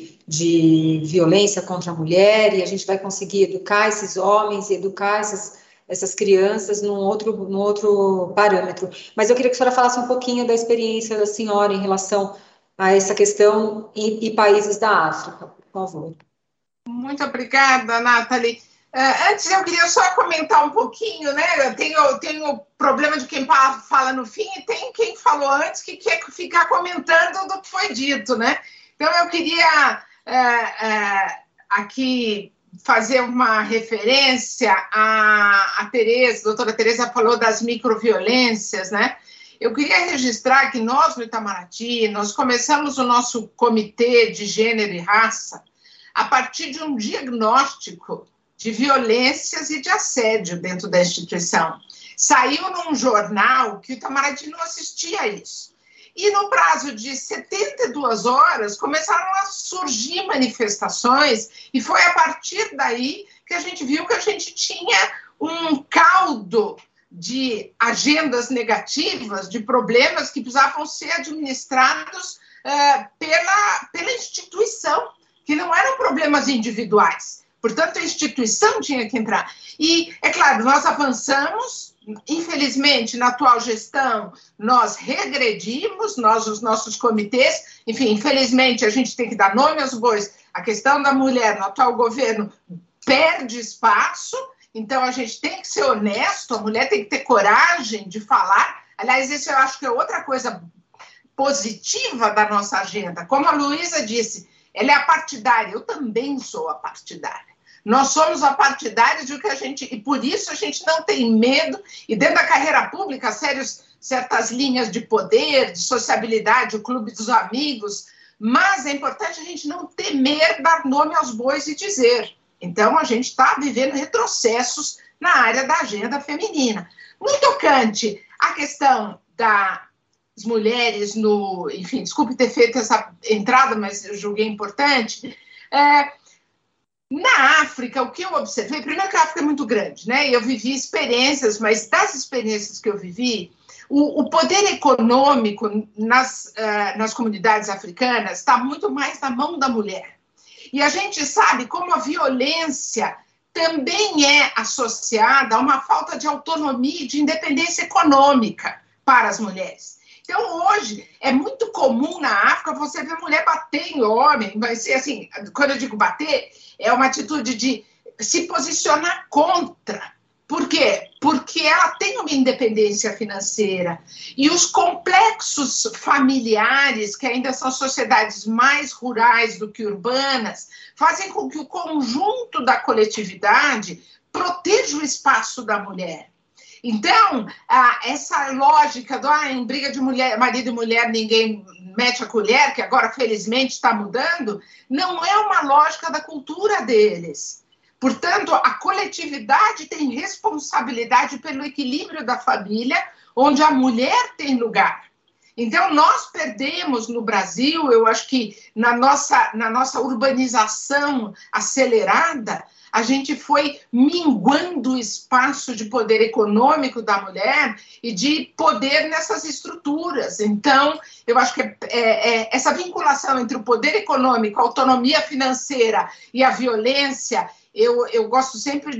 de violência contra a mulher, e a gente vai conseguir educar esses homens e educar essas crianças num outro parâmetro. Mas eu queria que a senhora falasse um pouquinho da experiência da senhora em relação a essa questão e países da África, por favor. Muito obrigada, Nathalie. Antes eu queria só comentar um pouquinho, né? Eu tenho o problema de quem fala no fim e tem quem falou antes que quer ficar comentando do que foi dito, né? Então eu queria aqui fazer uma referência à Tereza, a doutora Tereza falou das microviolências, né? Eu queria registrar que nós, no Itamaraty, nós começamos o nosso comitê de gênero e raça a partir de um diagnóstico de violências e de assédio dentro da instituição. Saiu num jornal que o Itamaraty não assistia a isso. E no prazo de 72 horas começaram a surgir manifestações, e foi a partir daí que a gente viu que a gente tinha um caldo de agendas negativas, de problemas que precisavam ser administrados pela instituição, que não eram problemas individuais. Portanto, a instituição tinha que entrar. E, é claro, nós avançamos, infelizmente, na atual gestão, nós regredimos, os nossos comitês, enfim, infelizmente, a gente tem que dar nome aos bois. A questão da mulher no atual governo perde espaço, então a gente tem que ser honesto, a mulher tem que ter coragem de falar. Aliás, isso eu acho que é outra coisa positiva da nossa agenda. Como a Luísa disse, ela é apartidária, eu também sou apartidária. Nós somos apartidários de que a gente, e por isso a gente não tem medo, e dentro da carreira pública, certas linhas de poder, de sociabilidade, o clube dos amigos, mas é importante a gente não temer dar nome aos bois e dizer. Então, a gente está vivendo retrocessos na área da agenda feminina. No tocante à questão das mulheres enfim, desculpe ter feito essa entrada, mas eu julguei importante. Na África, o que eu observei, primeiro que a África é muito grande, né? Eu vivi experiências, mas das experiências que eu vivi, o poder econômico nas comunidades africanas está muito mais na mão da mulher. E a gente sabe como a violência também é associada a uma falta de autonomia e de independência econômica para as mulheres. Então, hoje, é muito comum na África você ver mulher bater em homem, mas assim, quando eu digo bater, é uma atitude de se posicionar contra. Por quê? Porque ela tem uma independência financeira. E os complexos familiares, que ainda são sociedades mais rurais do que urbanas, fazem com que o conjunto da coletividade proteja o espaço da mulher. Então, essa lógica em briga de marido e mulher, ninguém mete a colher, que agora, felizmente, está mudando, não é uma lógica da cultura deles. Portanto, a coletividade tem responsabilidade pelo equilíbrio da família, onde a mulher tem lugar. Então, nós perdemos no Brasil, eu acho que na nossa urbanização acelerada, a gente foi minguando o espaço de poder econômico da mulher e de poder nessas estruturas. Então, eu acho que essa vinculação entre o poder econômico, a autonomia financeira e a violência, eu gosto sempre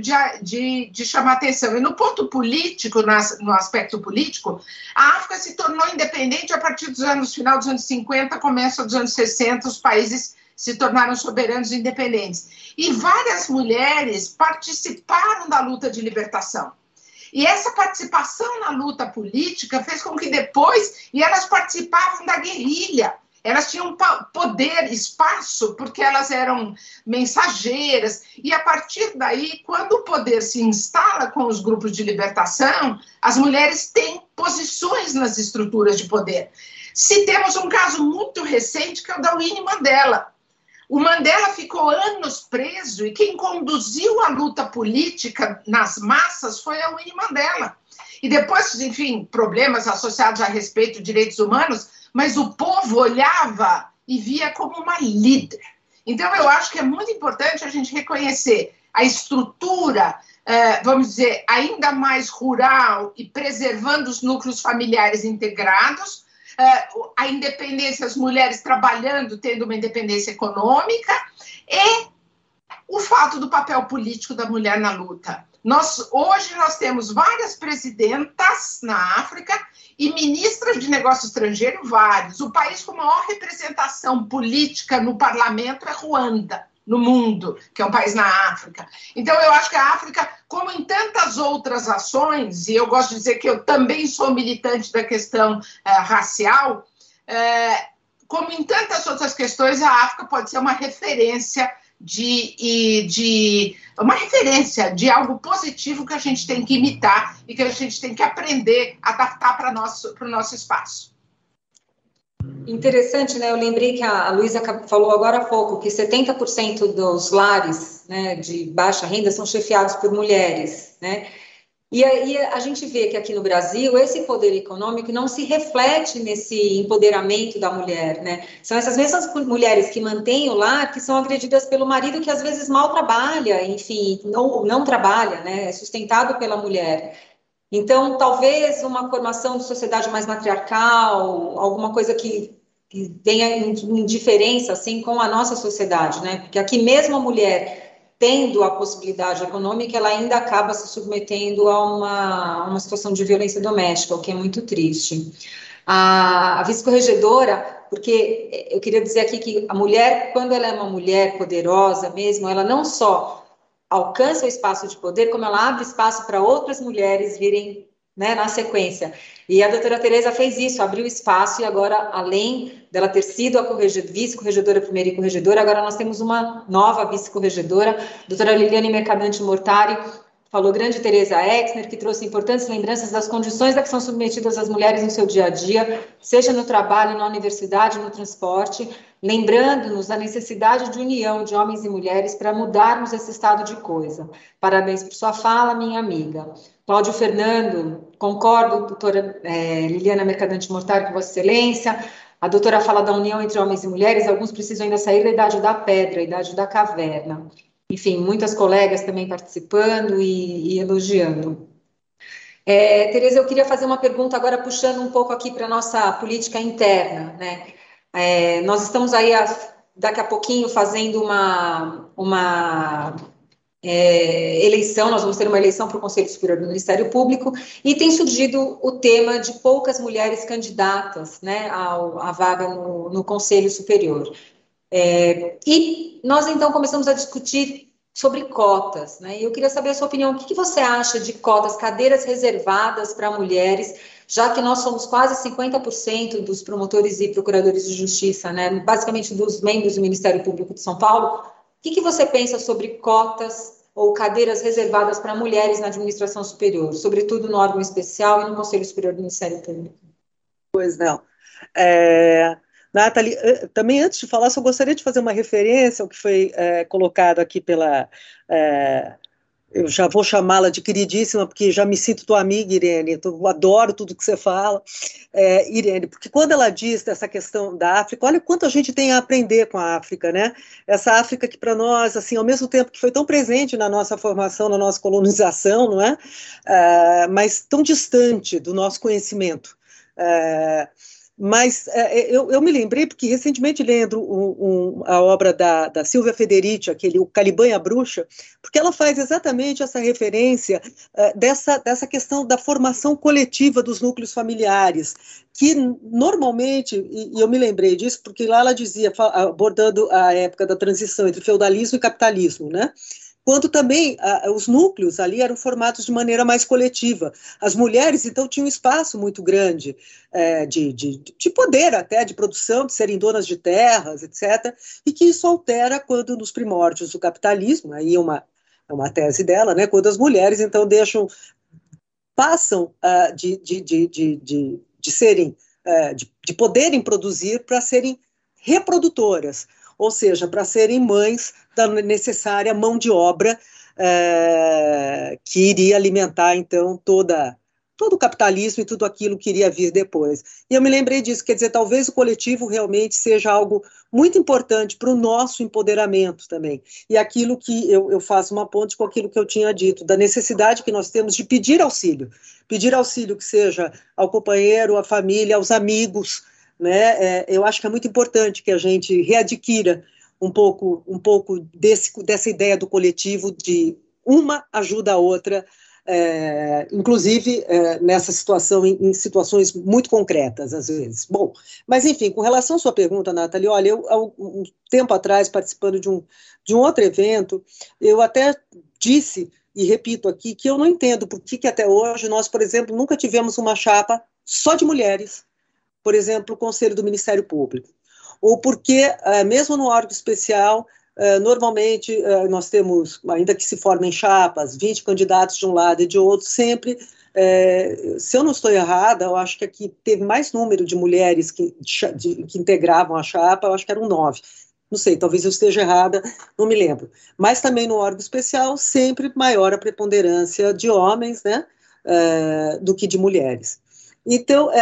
de chamar atenção. E no ponto político, no aspecto político, a África se tornou independente a partir dos final dos anos 50, começo dos anos 60, os países se tornaram soberanos e independentes. E várias mulheres participaram da luta de libertação. E essa participação na luta política fez com que depois, e elas participavam da guerrilha, elas tinham poder, espaço, porque elas eram mensageiras. E a partir daí, quando o poder se instala com os grupos de libertação, as mulheres têm posições nas estruturas de poder. Se temos um caso muito recente, que é o da Winnie Mandela. O Mandela ficou anos preso e quem conduziu a luta política nas massas foi a Winnie Mandela. E depois, enfim, problemas associados a respeito de direitos humanos, mas o povo olhava e via como uma líder. Então, eu acho que é muito importante a gente reconhecer a estrutura, vamos dizer, ainda mais rural e preservando os núcleos familiares integrados, a independência, as mulheres trabalhando, tendo uma independência econômica, e o fato do papel político da mulher na luta. Hoje nós temos várias presidentas na África e ministras de negócio estrangeiro, vários. O país com maior representação política no parlamento é Ruanda, no mundo, que é um país na África. Então, eu acho que a África, como em tantas outras ações, e eu gosto de dizer que eu também sou militante da questão racial, como em tantas outras questões, a África pode ser uma referência de algo positivo que a gente tem que imitar e que a gente tem que aprender a adaptar para o nosso espaço. Interessante, né? Eu lembrei que a Luísa falou agora há pouco que 70% dos lares, né, de baixa renda são chefiados por mulheres, né? E aí a gente vê que aqui no Brasil esse poder econômico não se reflete nesse empoderamento da mulher, né? São essas mesmas mulheres que mantêm o lar que são agredidas pelo marido que às vezes mal trabalha, enfim, não trabalha, né? É sustentado pela mulher. Então, talvez uma formação de sociedade mais matriarcal, alguma coisa que tenha indiferença assim com a nossa sociedade, né? Porque aqui mesmo a mulher tendo a possibilidade econômica, ela ainda acaba se submetendo a uma situação de violência doméstica, o que é muito triste. A vice-corregedora, porque eu queria dizer aqui que a mulher, quando ela é uma mulher poderosa mesmo, ela não só alcança o espaço de poder, como ela abre espaço para outras mulheres virem, né, na sequência. E a doutora Tereza fez isso, abriu espaço, e agora, além dela ter sido a vice-corregedora primeira e corregedora, agora nós temos uma nova vice-corregedora, doutora Liliane Mercadante Mortari, falou grande Tereza Exner, que trouxe importantes lembranças das condições a que são submetidas as mulheres no seu dia a dia, seja no trabalho, na universidade, no transporte, lembrando-nos da necessidade de união de homens e mulheres para mudarmos esse estado de coisa. Parabéns por sua fala, minha amiga. Cláudio Fernando, concordo, doutora Liliana Mercadante Mortari, com Vossa Excelência. A doutora fala da união entre homens e mulheres, alguns precisam ainda sair da idade da pedra, a idade da caverna. Enfim, muitas colegas também participando e elogiando. Tereza, eu queria fazer uma pergunta agora, puxando um pouco aqui para a nossa política interna, né? Nós estamos aí, daqui a pouquinho, fazendo uma eleição, nós vamos ter uma eleição para o Conselho Superior do Ministério Público, e tem surgido o tema de poucas mulheres candidatas, né, à vaga no Conselho Superior. E nós, então, começamos a discutir sobre cotas, né? E eu queria saber a sua opinião. O que você acha de cotas, cadeiras reservadas para mulheres, já que nós somos quase 50% dos promotores e procuradores de justiça, né? Basicamente dos membros do Ministério Público de São Paulo. O que você pensa sobre cotas ou cadeiras reservadas para mulheres na administração superior, sobretudo no órgão especial e no Conselho Superior do Ministério Público? Pois não. Nathalie, também antes de falar, só gostaria de fazer uma referência ao que foi colocado aqui pela... eu já vou chamá-la de queridíssima, porque já me sinto tua amiga, Irene, eu adoro tudo que você fala, Irene, porque quando ela diz dessa questão da África, olha quanto a gente tem a aprender com a África, né? Essa África que para nós, assim, ao mesmo tempo que foi tão presente na nossa formação, na nossa colonização, não é? Mas tão distante do nosso conhecimento. Mas eu me lembrei, porque recentemente lendo a obra da Silvia Federici, o Caliban e a Bruxa, porque ela faz exatamente essa referência dessa questão da formação coletiva dos núcleos familiares, que normalmente, e eu me lembrei disso, porque lá ela dizia, abordando a época da transição entre feudalismo e capitalismo, né? Quando também os núcleos ali eram formados de maneira mais coletiva. As mulheres, então, tinham um espaço muito grande de poder até, de produção, de serem donas de terras, etc., e que isso altera quando, nos primórdios do capitalismo, aí é uma tese dela, né, quando as mulheres, então, passam de serem, de poderem produzir para serem reprodutoras, ou seja, para serem mães da necessária mão de obra que iria alimentar, então, todo o capitalismo e tudo aquilo que iria vir depois. E eu me lembrei disso, quer dizer, talvez o coletivo realmente seja algo muito importante para o nosso empoderamento também. E aquilo que eu faço uma ponte com aquilo que eu tinha dito, da necessidade que nós temos de pedir auxílio que seja ao companheiro, à família, aos amigos, né? Eu acho que é muito importante que a gente readquira um pouco dessa ideia do coletivo, de uma ajuda a outra, inclusive nessa situação, em situações muito concretas, às vezes. Bom, mas enfim, com relação à sua pergunta, Nathalie, olha, eu, há um tempo atrás, participando de um outro evento, eu até disse, e repito aqui, que eu não entendo por que até hoje nós, por exemplo, nunca tivemos uma chapa só de mulheres, por exemplo, o Conselho do Ministério Público. Ou porque, mesmo no órgão especial, normalmente nós temos, ainda que se formem chapas, 20 candidatos de um lado e de outro, sempre, se eu não estou errada, eu acho que aqui teve mais número de mulheres que integravam a chapa, eu acho que eram 9. Não sei, talvez eu esteja errada, não me lembro. Mas também no órgão especial, sempre maior a preponderância de homens, né? do que de mulheres. Então,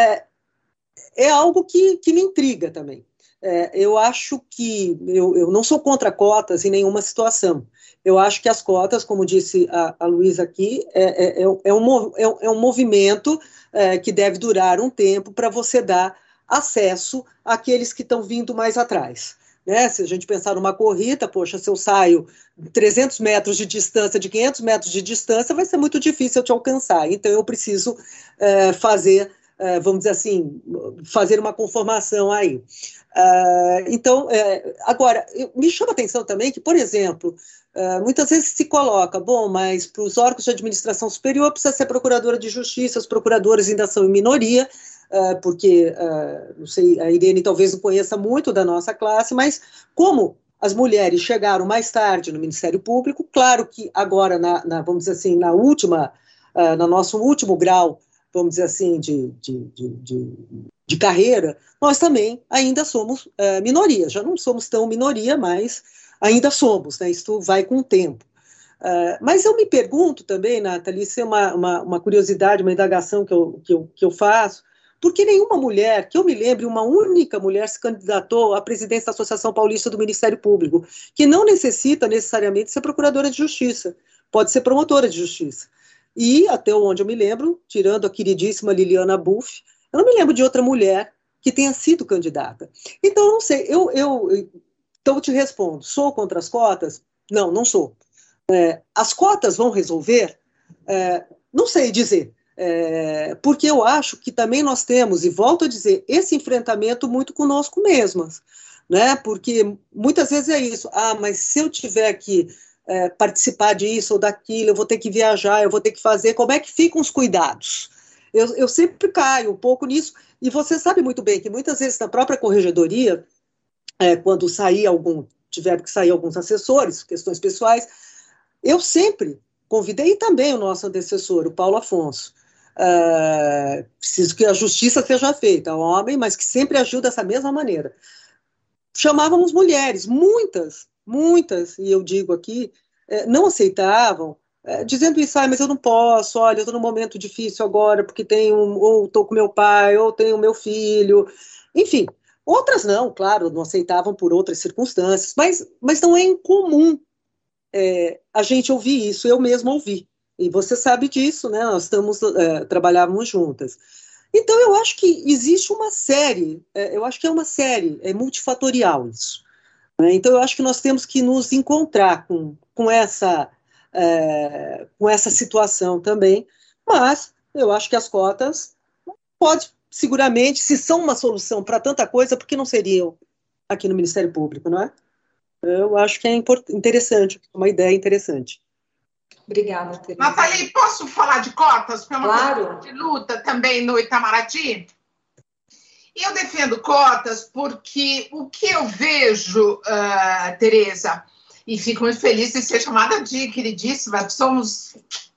é algo que me intriga também. Eu acho que eu não sou contra cotas em nenhuma situação. Eu acho que as cotas, como disse a Luísa aqui, é um movimento que deve durar um tempo para você dar acesso àqueles que estão vindo mais atrás. Né? Se a gente pensar numa corrida, poxa, se eu saio 300 metros de distância, de 500 metros de distância, vai ser muito difícil eu te alcançar. Então, eu preciso fazer, vamos dizer assim, fazer uma conformação aí. Então, agora, me chama a atenção também que, por exemplo, muitas vezes se coloca, bom, mas para os órgãos de administração superior precisa ser procuradora de justiça, os procuradores ainda são em minoria, porque, não sei, a Irene talvez não conheça muito da nossa classe, mas como as mulheres chegaram mais tarde no Ministério Público, claro que agora, vamos dizer assim, no nosso último grau, vamos dizer assim, de carreira, nós também ainda somos minoria, já não somos tão minoria, mas ainda somos, né? Isso vai com o tempo. Mas eu me pergunto também, Nathalie, isso é uma curiosidade, uma indagação que eu faço, porque nenhuma mulher, que eu me lembre, uma única mulher se candidatou à presidência da Associação Paulista do Ministério Público, que não necessita necessariamente ser procuradora de justiça, pode ser promotora de justiça. E, até onde eu me lembro, tirando a queridíssima Liliana Buff, eu não me lembro de outra mulher que tenha sido candidata. Então, eu não sei, então eu te respondo, sou contra as cotas? Não, não sou. As cotas vão resolver? Não sei dizer, porque eu acho que também nós temos, e volto a dizer, esse enfrentamento muito conosco mesmas, né? Porque muitas vezes é isso, mas se eu tiver que participar disso ou daquilo, eu vou ter que viajar, eu vou ter que fazer, como é que ficam os cuidados? Eu sempre caio um pouco nisso, e você sabe muito bem que muitas vezes na própria corregedoria, quando tiveram que sair alguns assessores, questões pessoais, eu sempre convidei, e também o nosso antecessor, o Paulo Afonso, preciso que a justiça seja feita, homem, mas que sempre agiu dessa mesma maneira. Chamávamos mulheres, muitas, e eu digo aqui, não aceitavam, dizendo isso, mas eu não posso, olha, eu estou num momento difícil agora, porque ou estou com meu pai, ou tenho meu filho, enfim. Outras não, claro, não aceitavam por outras circunstâncias, mas não é incomum a gente ouvir isso, eu mesma ouvi, e você sabe disso, né? Nós trabalhávamos juntas. Então, eu acho que existe uma série, eu acho que é uma série, é multifatorial isso. Né? Então, eu acho que nós temos que nos encontrar com essa situação também, mas eu acho que as cotas seguramente, se são uma solução para tanta coisa, por que não seriam aqui no Ministério Público, não é? Eu acho que é interessante, uma ideia interessante. Obrigada, Tereza. Nathalie, posso falar de cotas? Foi uma Claro. de luta também no Itamaraty. Eu defendo cotas porque o que eu vejo, Tereza, e fico muito feliz de ser chamada de queridíssima, somos...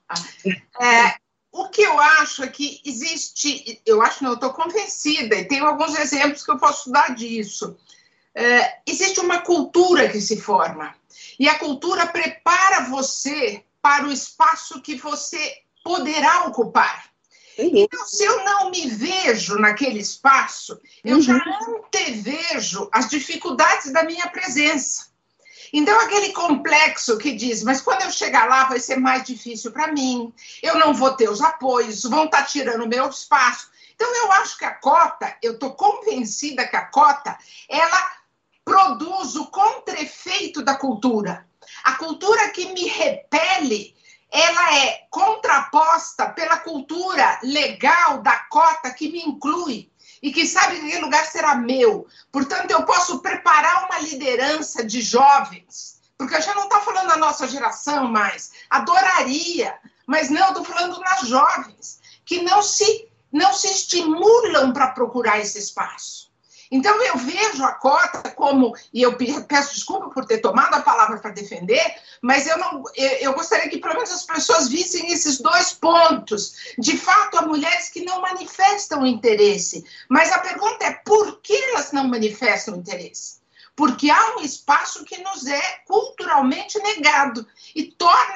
O que eu acho é que existe, eu estou convencida, e tenho alguns exemplos que eu posso dar disso. Existe uma cultura que se forma, e a cultura prepara você para o espaço que você poderá ocupar. Então, se eu não me vejo naquele espaço, eu já antevejo as dificuldades da minha presença. Então, aquele complexo que diz, mas quando eu chegar lá vai ser mais difícil para mim, eu não vou ter os apoios, vão estar tirando o meu espaço. Então, eu acho que a cota, eu estou convencida que a cota, ela produz o contra-efeito da cultura. A cultura que me repele, ela é contraposta pela cultura legal da cota que me inclui e que sabe que aquele lugar será meu. Portanto, eu posso preparar uma liderança de jovens, porque eu já não estou falando da nossa geração mais, adoraria, mas não, estou falando nas jovens, que não se estimulam para procurar esse espaço. Então, eu vejo a cota como, e eu peço desculpa por ter tomado a palavra para defender, mas eu gostaria que pelo menos as pessoas vissem esses dois pontos. De fato, há mulheres que não manifestam interesse, mas a pergunta é por que elas não manifestam interesse? porque há um espaço que nos é culturalmente negado e torna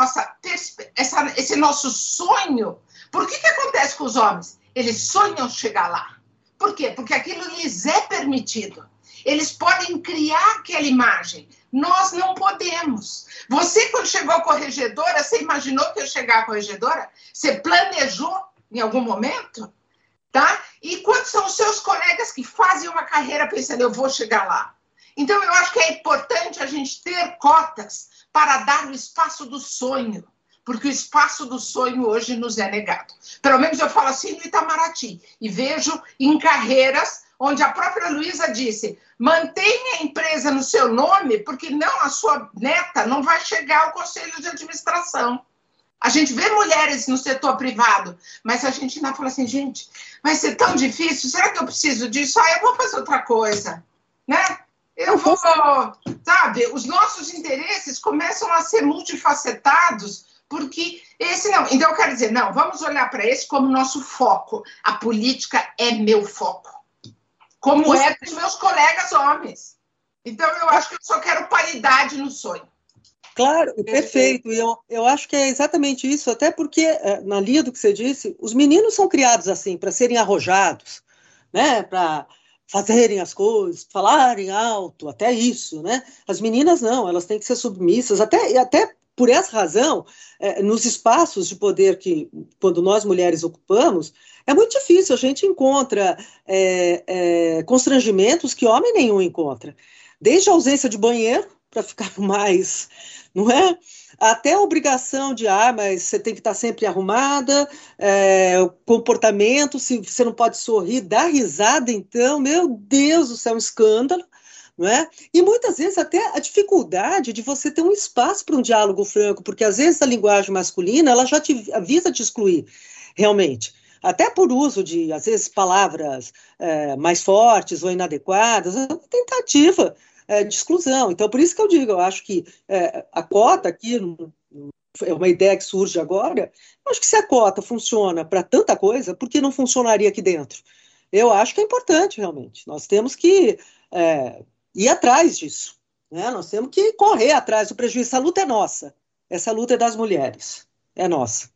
esse nosso sonho. Por que acontece com os homens? Eles sonham chegar lá. Por quê? Porque aquilo lhes é permitido. Eles podem criar aquela imagem. Nós não podemos. Você, quando chegou à corregedora, você imaginou que ia chegar à corregedora? Você planejou em algum momento? Tá? E quantos são os seus colegas que fazem uma carreira pensando, eu vou chegar lá? Então, eu acho que é importante a gente ter cotas para dar o espaço do sonho, porque o espaço do sonho hoje nos é negado. Pelo menos eu falo assim no Itamaraty, e vejo em carreiras onde a própria Luísa disse, mantenha a empresa no seu nome, porque não, a sua neta não vai chegar ao conselho de administração. A gente vê mulheres no setor privado, mas a gente ainda fala assim, gente, vai ser tão difícil, será que eu preciso disso? Eu vou fazer outra coisa, né? Eu vou, sabe, os nossos interesses começam a ser multifacetados, porque esse não. Então, eu quero dizer, não, vamos olhar para esse como nosso foco. A política é meu foco, como é dos meus colegas homens. Então, eu acho que eu só quero paridade no sonho. Claro, perfeito. E eu acho que é exatamente isso, até porque, na linha do que você disse, os meninos são criados assim, para serem arrojados, né? Para fazerem as coisas, falarem alto, até isso, né? As meninas não, elas têm que ser submissas, até por essa razão, nos espaços de poder que, quando nós mulheres ocupamos, é muito difícil, a gente encontra constrangimentos que homem nenhum encontra. Desde a ausência de banheiro, para ficar mais, não é? Até a obrigação de, mas você tem que estar sempre arrumada, o comportamento, se você não pode sorrir, dar risada, então, meu Deus do céu, um escândalo, não é? E muitas vezes até a dificuldade de você ter um espaço para um diálogo franco, porque às vezes a linguagem masculina, ela já te avisa te excluir, realmente. Até por uso de, às vezes, palavras mais fortes ou inadequadas, é uma tentativa de exclusão. Então, por isso que eu digo, eu acho que a cota aqui é uma ideia que surge agora. Eu acho que se a cota funciona para tanta coisa, por que não funcionaria aqui dentro? Eu acho que é importante, realmente. Nós temos que ir atrás disso, né? Nós temos que correr atrás do prejuízo. Essa luta é nossa. Essa luta é das mulheres. É nossa.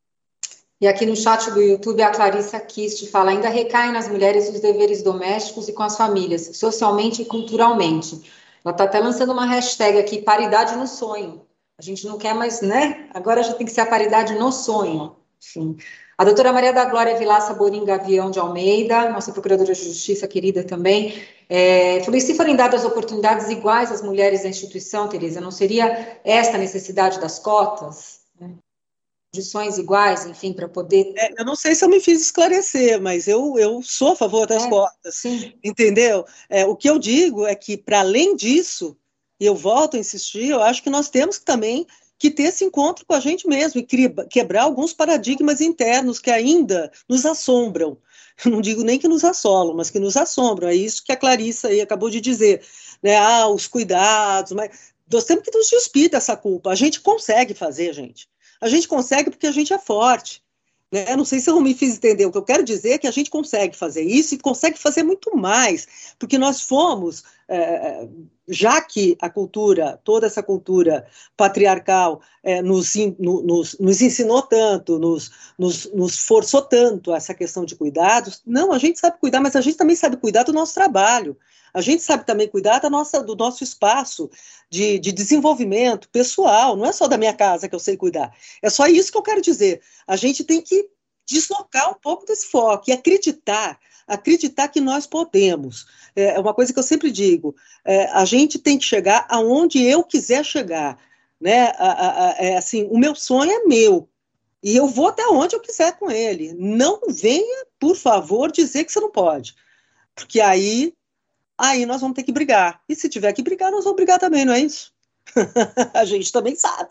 E aqui no chat do YouTube, a Clarissa Kist fala, ainda recaem nas mulheres os deveres domésticos e com as famílias, socialmente e culturalmente. Ela está até lançando uma hashtag aqui, paridade no sonho. A gente não quer mais, né? Agora já tem que ser a paridade no sonho. Enfim. A doutora Maria da Glória Vilaça Borim Gavião de Almeida, nossa procuradora de justiça querida também, falou, e se forem dadas oportunidades iguais às mulheres da instituição, Tereza, não seria esta a necessidade das cotas? Condições iguais, enfim, para poder... eu não sei se eu me fiz esclarecer, mas eu sou a favor das cotas, sim. Entendeu? O que eu digo é que, para além disso, e eu volto a insistir, eu acho que nós temos também que ter esse encontro com a gente mesmo e quebrar alguns paradigmas internos que ainda nos assombram. Eu não digo nem que nos assolam, mas que nos assombram. É isso que a Clarissa aí acabou de dizer, né? Os cuidados, mas nós temos que nos despir dessa culpa. A gente consegue fazer, gente. A gente consegue porque a gente é forte, né? Não sei se eu me fiz entender. O que eu quero dizer é que a gente consegue fazer isso e consegue fazer muito mais, porque nós fomos, já que a cultura, toda essa cultura patriarcal nos ensinou tanto, nos forçou tanto essa questão de cuidados. Não, a gente sabe cuidar, mas a gente também sabe cuidar do nosso trabalho. A gente sabe também cuidar do nosso espaço de desenvolvimento pessoal, não é só da minha casa que eu sei cuidar, é só isso que eu quero dizer. A gente tem que deslocar um pouco desse foco e acreditar que nós podemos. É uma coisa que eu sempre digo, a gente tem que chegar aonde eu quiser chegar, né? Assim, o meu sonho é meu, e eu vou até onde eu quiser com ele. Não venha, por favor, dizer que você não pode, porque aí nós vamos ter que brigar. E se tiver que brigar, nós vamos brigar também, não é isso? A gente também sabe.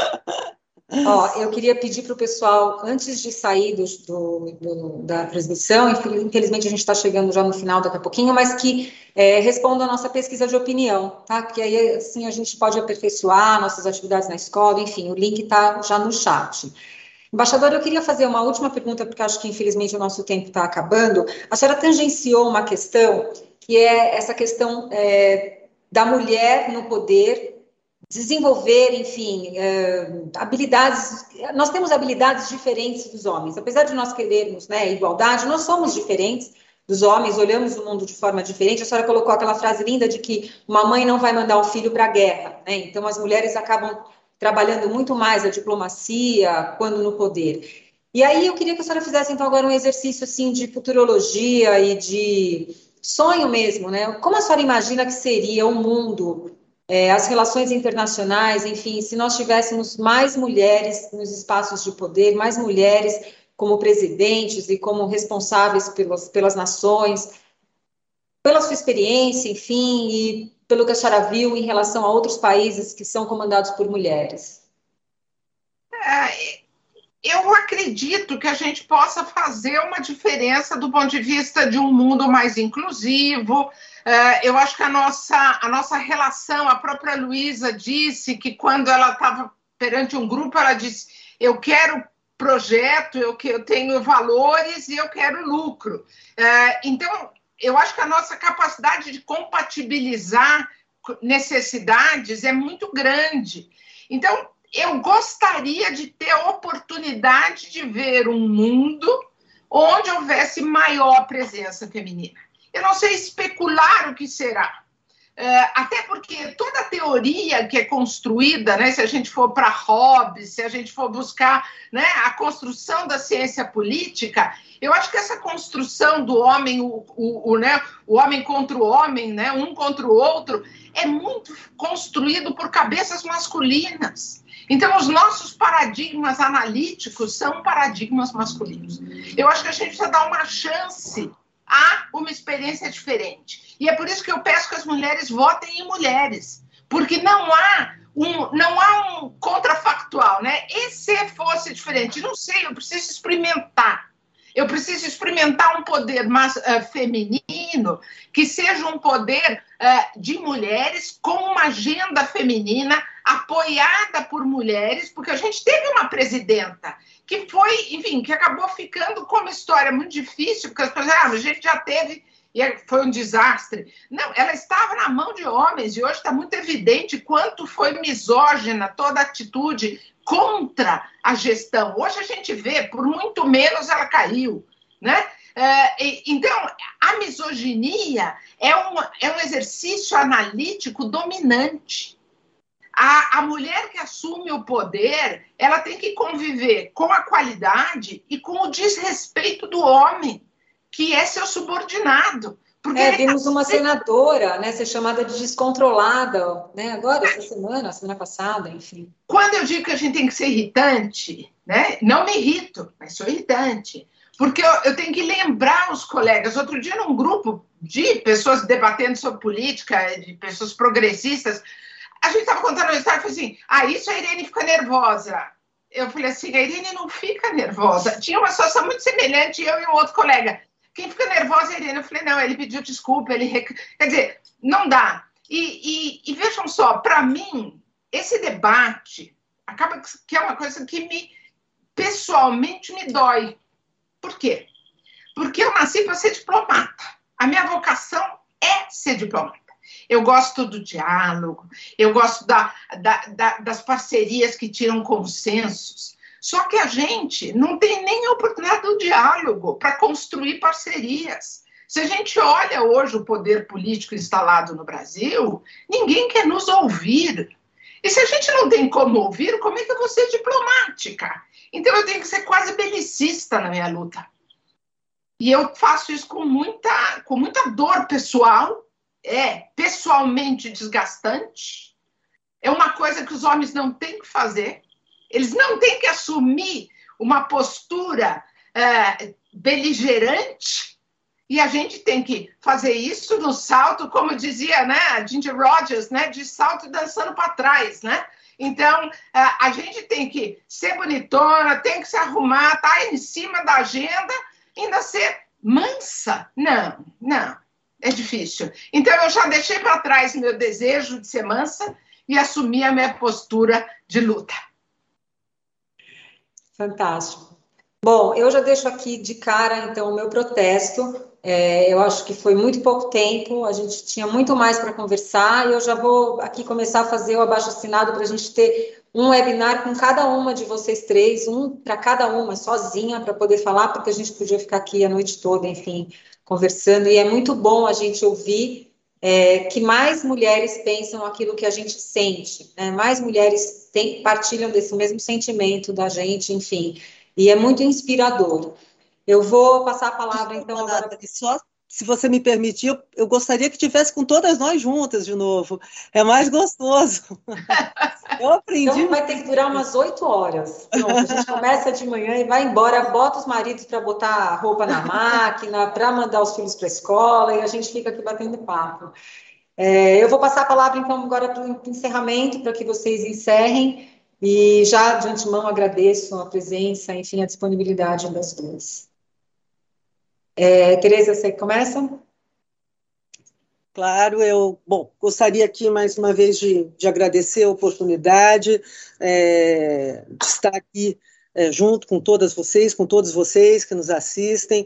Eu queria pedir para o pessoal, antes de sair da transmissão, infelizmente a gente está chegando já no final daqui a pouquinho, mas que respondam a nossa pesquisa de opinião, tá? Porque aí assim a gente pode aperfeiçoar nossas atividades na escola, enfim, o link está já no chat. Embaixadora, eu queria fazer uma última pergunta, porque acho que, infelizmente, o nosso tempo está acabando. A senhora tangenciou uma questão, que é essa questão da mulher no poder desenvolver, enfim, habilidades. Nós temos habilidades diferentes dos homens. Apesar de nós querermos, né, igualdade, nós somos diferentes dos homens, olhamos o mundo de forma diferente. A senhora colocou aquela frase linda de que uma mãe não vai mandar o filho para a guerra, né? Então, as mulheres acabam trabalhando muito mais a diplomacia quando no poder. E aí eu queria que a senhora fizesse, então, agora um exercício, assim, de futurologia e de sonho mesmo, né? Como a senhora imagina que seria o mundo, as relações internacionais, enfim, se nós tivéssemos mais mulheres nos espaços de poder, mais mulheres como presidentes e como responsáveis pelas nações, pela sua experiência, enfim, e pelo que a senhora viu em relação a outros países que são comandados por mulheres? Eu acredito que a gente possa fazer uma diferença do ponto de vista de um mundo mais inclusivo. Eu acho que a nossa relação, a própria Luísa disse que quando ela estava perante um grupo, ela disse, eu quero projeto, eu tenho valores e eu quero lucro. Então, eu acho que a nossa capacidade de compatibilizar necessidades é muito grande. Então, eu gostaria de ter a oportunidade de ver um mundo onde houvesse maior presença feminina. Eu não sei especular o que será, até porque toda a teoria que é construída, né, se a gente for para Hobbes, se a gente for buscar, né, a construção da ciência política, eu acho que essa construção do homem, né, o homem contra o homem, né, um contra o outro, é muito construído por cabeças masculinas. Então, os nossos paradigmas analíticos são paradigmas masculinos. Eu acho que a gente precisa dar uma chance a uma experiência diferente. E é por isso que eu peço que as mulheres votem em mulheres, porque não há um contrafactual, né? E se fosse diferente? Não sei, eu preciso experimentar. Eu preciso experimentar um poder mais feminino, que seja um poder de mulheres com uma agenda feminina apoiada por mulheres, porque a gente teve uma presidenta que foi, enfim, que acabou ficando com uma história muito difícil, porque as pessoas, a gente já teve, e foi um desastre. Não, ela estava na mão de homens, e hoje está muito evidente quanto foi misógina toda a atitude contra a gestão. Hoje a gente vê, por muito menos ela caiu, né? Então, a misoginia é um exercício analítico dominante. A mulher que assume o poder, ela tem que conviver com a qualidade e com o desrespeito do homem, que é seu subordinado. Porque vimos uma senadora, né, ser chamada de descontrolada, né, agora, essa semana passada, enfim. Quando eu digo que a gente tem que ser irritante, né, não me irrito, mas sou irritante, porque eu tenho que lembrar os colegas. Outro dia, num grupo de pessoas debatendo sobre política, de pessoas progressistas, a gente estava contando uma história e falou assim, isso a Irene fica nervosa. Eu falei assim, a Irene não fica nervosa. Tinha uma situação muito semelhante, eu e um outro colega. Quem fica nervosa é a Irene. Eu falei, não, ele pediu desculpa, quer dizer, não dá. E vejam só, para mim, esse debate acaba que é uma coisa que pessoalmente me dói. Por quê? Porque eu nasci para ser diplomata. A minha vocação é ser diplomata. Eu gosto do diálogo, eu gosto das parcerias que tiram consensos. Só que a gente não tem nem a oportunidade do diálogo para construir parcerias. Se a gente olha hoje o poder político instalado no Brasil, ninguém quer nos ouvir. E se a gente não tem como ouvir, como é que eu vou ser diplomática? Então eu tenho que ser quase belicista na minha luta. E eu faço isso com muita dor pessoal, pessoalmente desgastante. É uma coisa que os homens não têm que fazer. Eles não têm que assumir uma postura beligerante, e a gente tem que fazer isso no salto, como dizia, né, a Ginger Rogers, né, de salto dançando para trás, né? Então, a gente tem que ser bonitona, tem que se arrumar, tá em cima da agenda, ainda ser mansa. Não, é difícil. Então, eu já deixei para trás meu desejo de ser mansa e assumi a minha postura de luta. Fantástico. Bom, eu já deixo aqui de cara, então, o meu protesto. Eu acho que foi muito pouco tempo, a gente tinha muito mais para conversar, e eu já vou aqui começar a fazer o abaixo-assinado para a gente ter um webinar com cada uma de vocês três, um para cada uma, sozinha, para poder falar, porque a gente podia ficar aqui a noite toda, enfim, conversando, e é muito bom a gente ouvir que mais mulheres pensam aquilo que a gente sente, né? Mais mulheres partilham desse mesmo sentimento da gente, enfim, e é muito inspirador. Eu vou passar a palavra, então, agora. Só se você me permitir, eu gostaria que tivesse com todas nós juntas de novo. É mais gostoso. Eu aprendi. Então, vai ter que durar umas 8 horas. Pronto, a gente começa de manhã e vai embora, bota os maridos para botar a roupa na máquina, para mandar os filhos para a escola, e a gente fica aqui batendo papo. Eu vou passar a palavra, então, agora para o encerramento, para que vocês encerrem, e já de antemão agradeço a presença, enfim, a disponibilidade das duas. Tereza, você começa? Claro, gostaria aqui mais uma vez de agradecer a oportunidade de estar aqui junto com todas vocês, com todos vocês que nos assistem.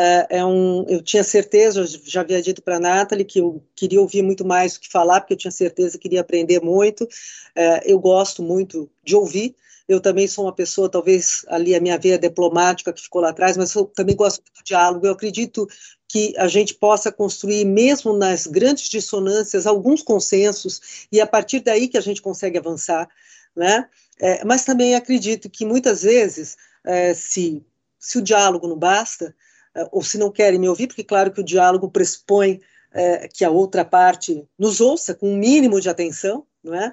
Eu tinha certeza, eu já havia dito para a Nathalie que eu queria ouvir muito mais do que falar, porque eu tinha certeza que queria aprender muito. Eu gosto muito de ouvir. Eu também sou uma pessoa, talvez ali a minha veia diplomática que ficou lá atrás, mas eu também gosto do diálogo. Eu acredito que a gente possa construir, mesmo nas grandes dissonâncias, alguns consensos, e a partir daí que a gente consegue avançar, né? Mas também acredito que muitas vezes, se o diálogo não basta, ou se não querem me ouvir, porque claro que o diálogo pressupõe que a outra parte nos ouça com um mínimo de atenção, não é?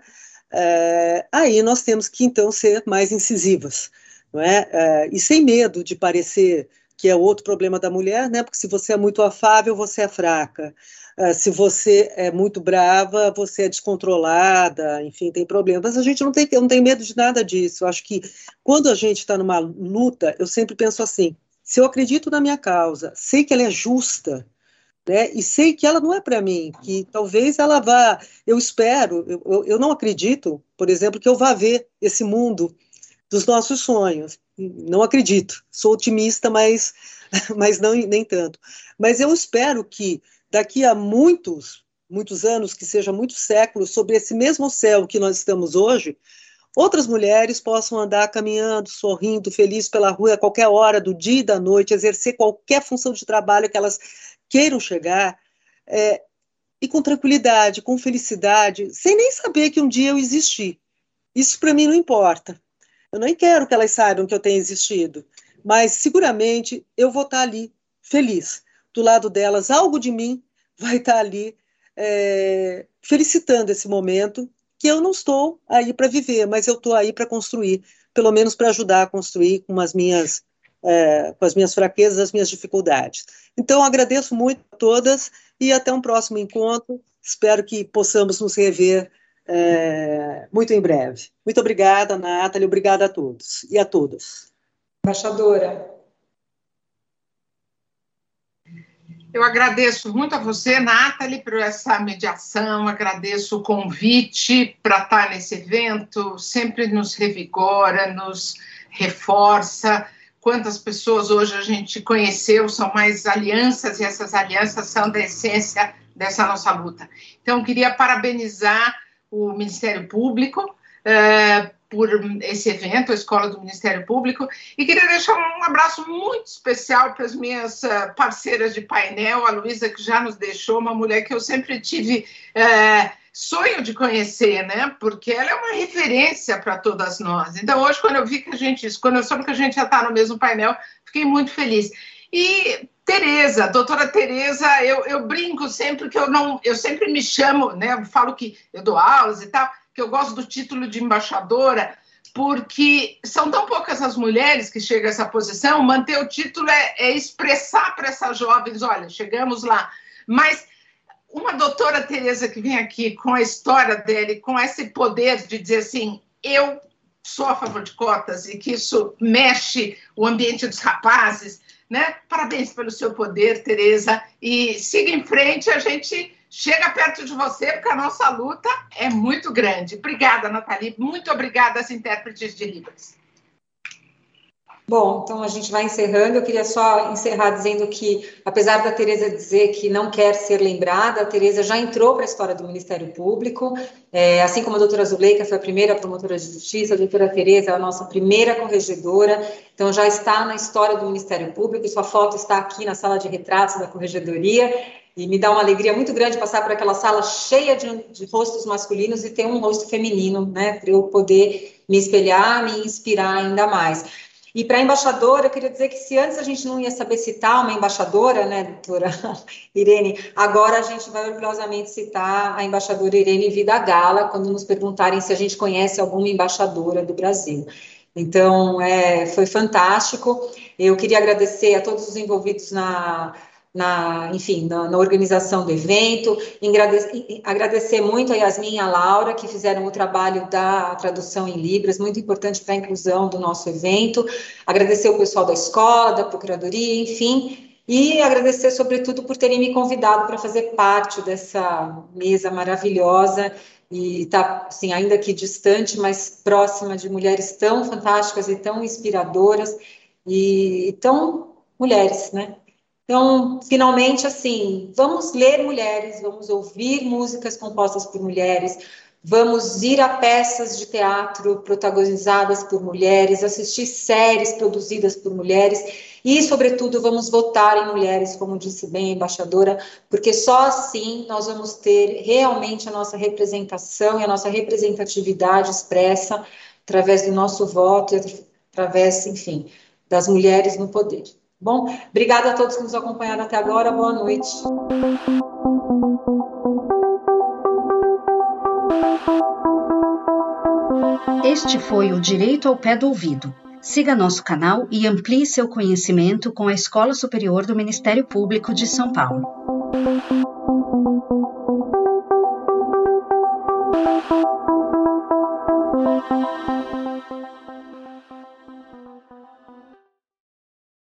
Aí nós temos que então ser mais incisivas, não é? E sem medo de parecer que é outro problema da mulher, né? Porque se você é muito afável, você é fraca. Se você é muito brava, você é descontrolada, enfim, tem problemas. Mas a gente não tem medo de nada disso. Eu acho que quando a gente está numa luta, eu sempre penso assim, se eu acredito na minha causa, sei que ela é justa, né, e sei que ela não é para mim, que talvez ela vá, eu espero, eu não acredito, por exemplo, que eu vá ver esse mundo dos nossos sonhos, não acredito, sou otimista, mas não, nem tanto, mas eu espero que daqui a muitos anos, que seja muitos séculos, sobre esse mesmo céu que nós estamos hoje, outras mulheres possam andar caminhando, sorrindo, felizes pela rua a qualquer hora do dia e da noite, exercer qualquer função de trabalho que elas queiram chegar, e com tranquilidade, com felicidade, sem nem saber que um dia eu existi. Isso para mim não importa. Eu nem quero que elas saibam que eu tenho existido, mas seguramente eu vou estar ali, feliz. Do lado delas, algo de mim vai estar ali felicitando esse momento, que eu não estou aí para viver, mas eu estou aí para construir, pelo menos para ajudar a construir com as minhas fraquezas, as minhas dificuldades. Então, agradeço muito a todas e até um próximo encontro. Espero que possamos nos rever muito em breve. Muito obrigada, Nathalie, obrigada a todos e a todas. Embaixadora. Eu agradeço muito a você, Nathalie, por essa mediação, agradeço o convite para estar nesse evento, sempre nos revigora, nos reforça. Quantas pessoas hoje a gente conheceu, são mais alianças, e essas alianças são da essência dessa nossa luta. Então, eu queria parabenizar o Ministério Público por esse evento, a Escola do Ministério Público, e queria deixar um abraço muito especial para as minhas parceiras de painel, a Luísa, que já nos deixou, uma mulher que eu sempre tive sonho de conhecer, né? Porque ela é uma referência para todas nós. Então, hoje, quando eu soube que a gente já está no mesmo painel, fiquei muito feliz. E Tereza, doutora Tereza, eu brinco sempre que eu sempre me chamo, né? Eu falo que eu dou aulas e tal, que eu gosto do título de embaixadora, porque são tão poucas as mulheres que chegam a essa posição, manter o título é expressar para essas jovens, olha, chegamos lá. Mas uma doutora Tereza que vem aqui com a história dele, com esse poder de dizer assim, eu sou a favor de cotas e que isso mexe o ambiente dos rapazes, né? Parabéns pelo seu poder, Tereza, e siga em frente, a gente chega perto de você, porque a nossa luta é muito grande. Obrigada, Nathalie, muito obrigada às intérpretes de Libras. Bom, então a gente vai encerrando. Eu queria só encerrar dizendo que, apesar da Tereza dizer que não quer ser lembrada, a Tereza já entrou para a história do Ministério Público, assim como a doutora Zuleika foi a primeira promotora de justiça, a doutora Tereza é a nossa primeira corregedora, então já está na história do Ministério Público, sua foto está aqui na sala de retratos da corregedoria, e me dá uma alegria muito grande passar por aquela sala cheia de rostos masculinos e ter um rosto feminino, né, para eu poder me espelhar, me inspirar ainda mais. E para a embaixadora, eu queria dizer que se antes a gente não ia saber citar uma embaixadora, né, doutora Irene, agora a gente vai orgulhosamente citar a embaixadora Irene Vida Gala, quando nos perguntarem se a gente conhece alguma embaixadora do Brasil. Então, foi fantástico. Eu queria agradecer a todos os envolvidos na organização do evento, agradecer muito a Yasmin e a Laura, que fizeram o trabalho da tradução em Libras, muito importante para a inclusão do nosso evento, agradecer o pessoal da escola, da procuradoria, enfim, e agradecer, sobretudo, por terem me convidado para fazer parte dessa mesa maravilhosa, e tá, assim, ainda que distante, mas próxima de mulheres tão fantásticas e tão inspiradoras, e tão mulheres, né? Então, finalmente, assim, vamos ler mulheres, vamos ouvir músicas compostas por mulheres, vamos ir a peças de teatro protagonizadas por mulheres, assistir séries produzidas por mulheres e, sobretudo, vamos votar em mulheres, como disse bem a embaixadora, porque só assim nós vamos ter realmente a nossa representação e a nossa representatividade expressa através do nosso voto e através, enfim, das mulheres no poder. Bom, obrigada a todos que nos acompanharam até agora. Boa noite. Este foi o Direito ao Pé do Ouvido. Siga nosso canal e amplie seu conhecimento com a Escola Superior do Ministério Público de São Paulo.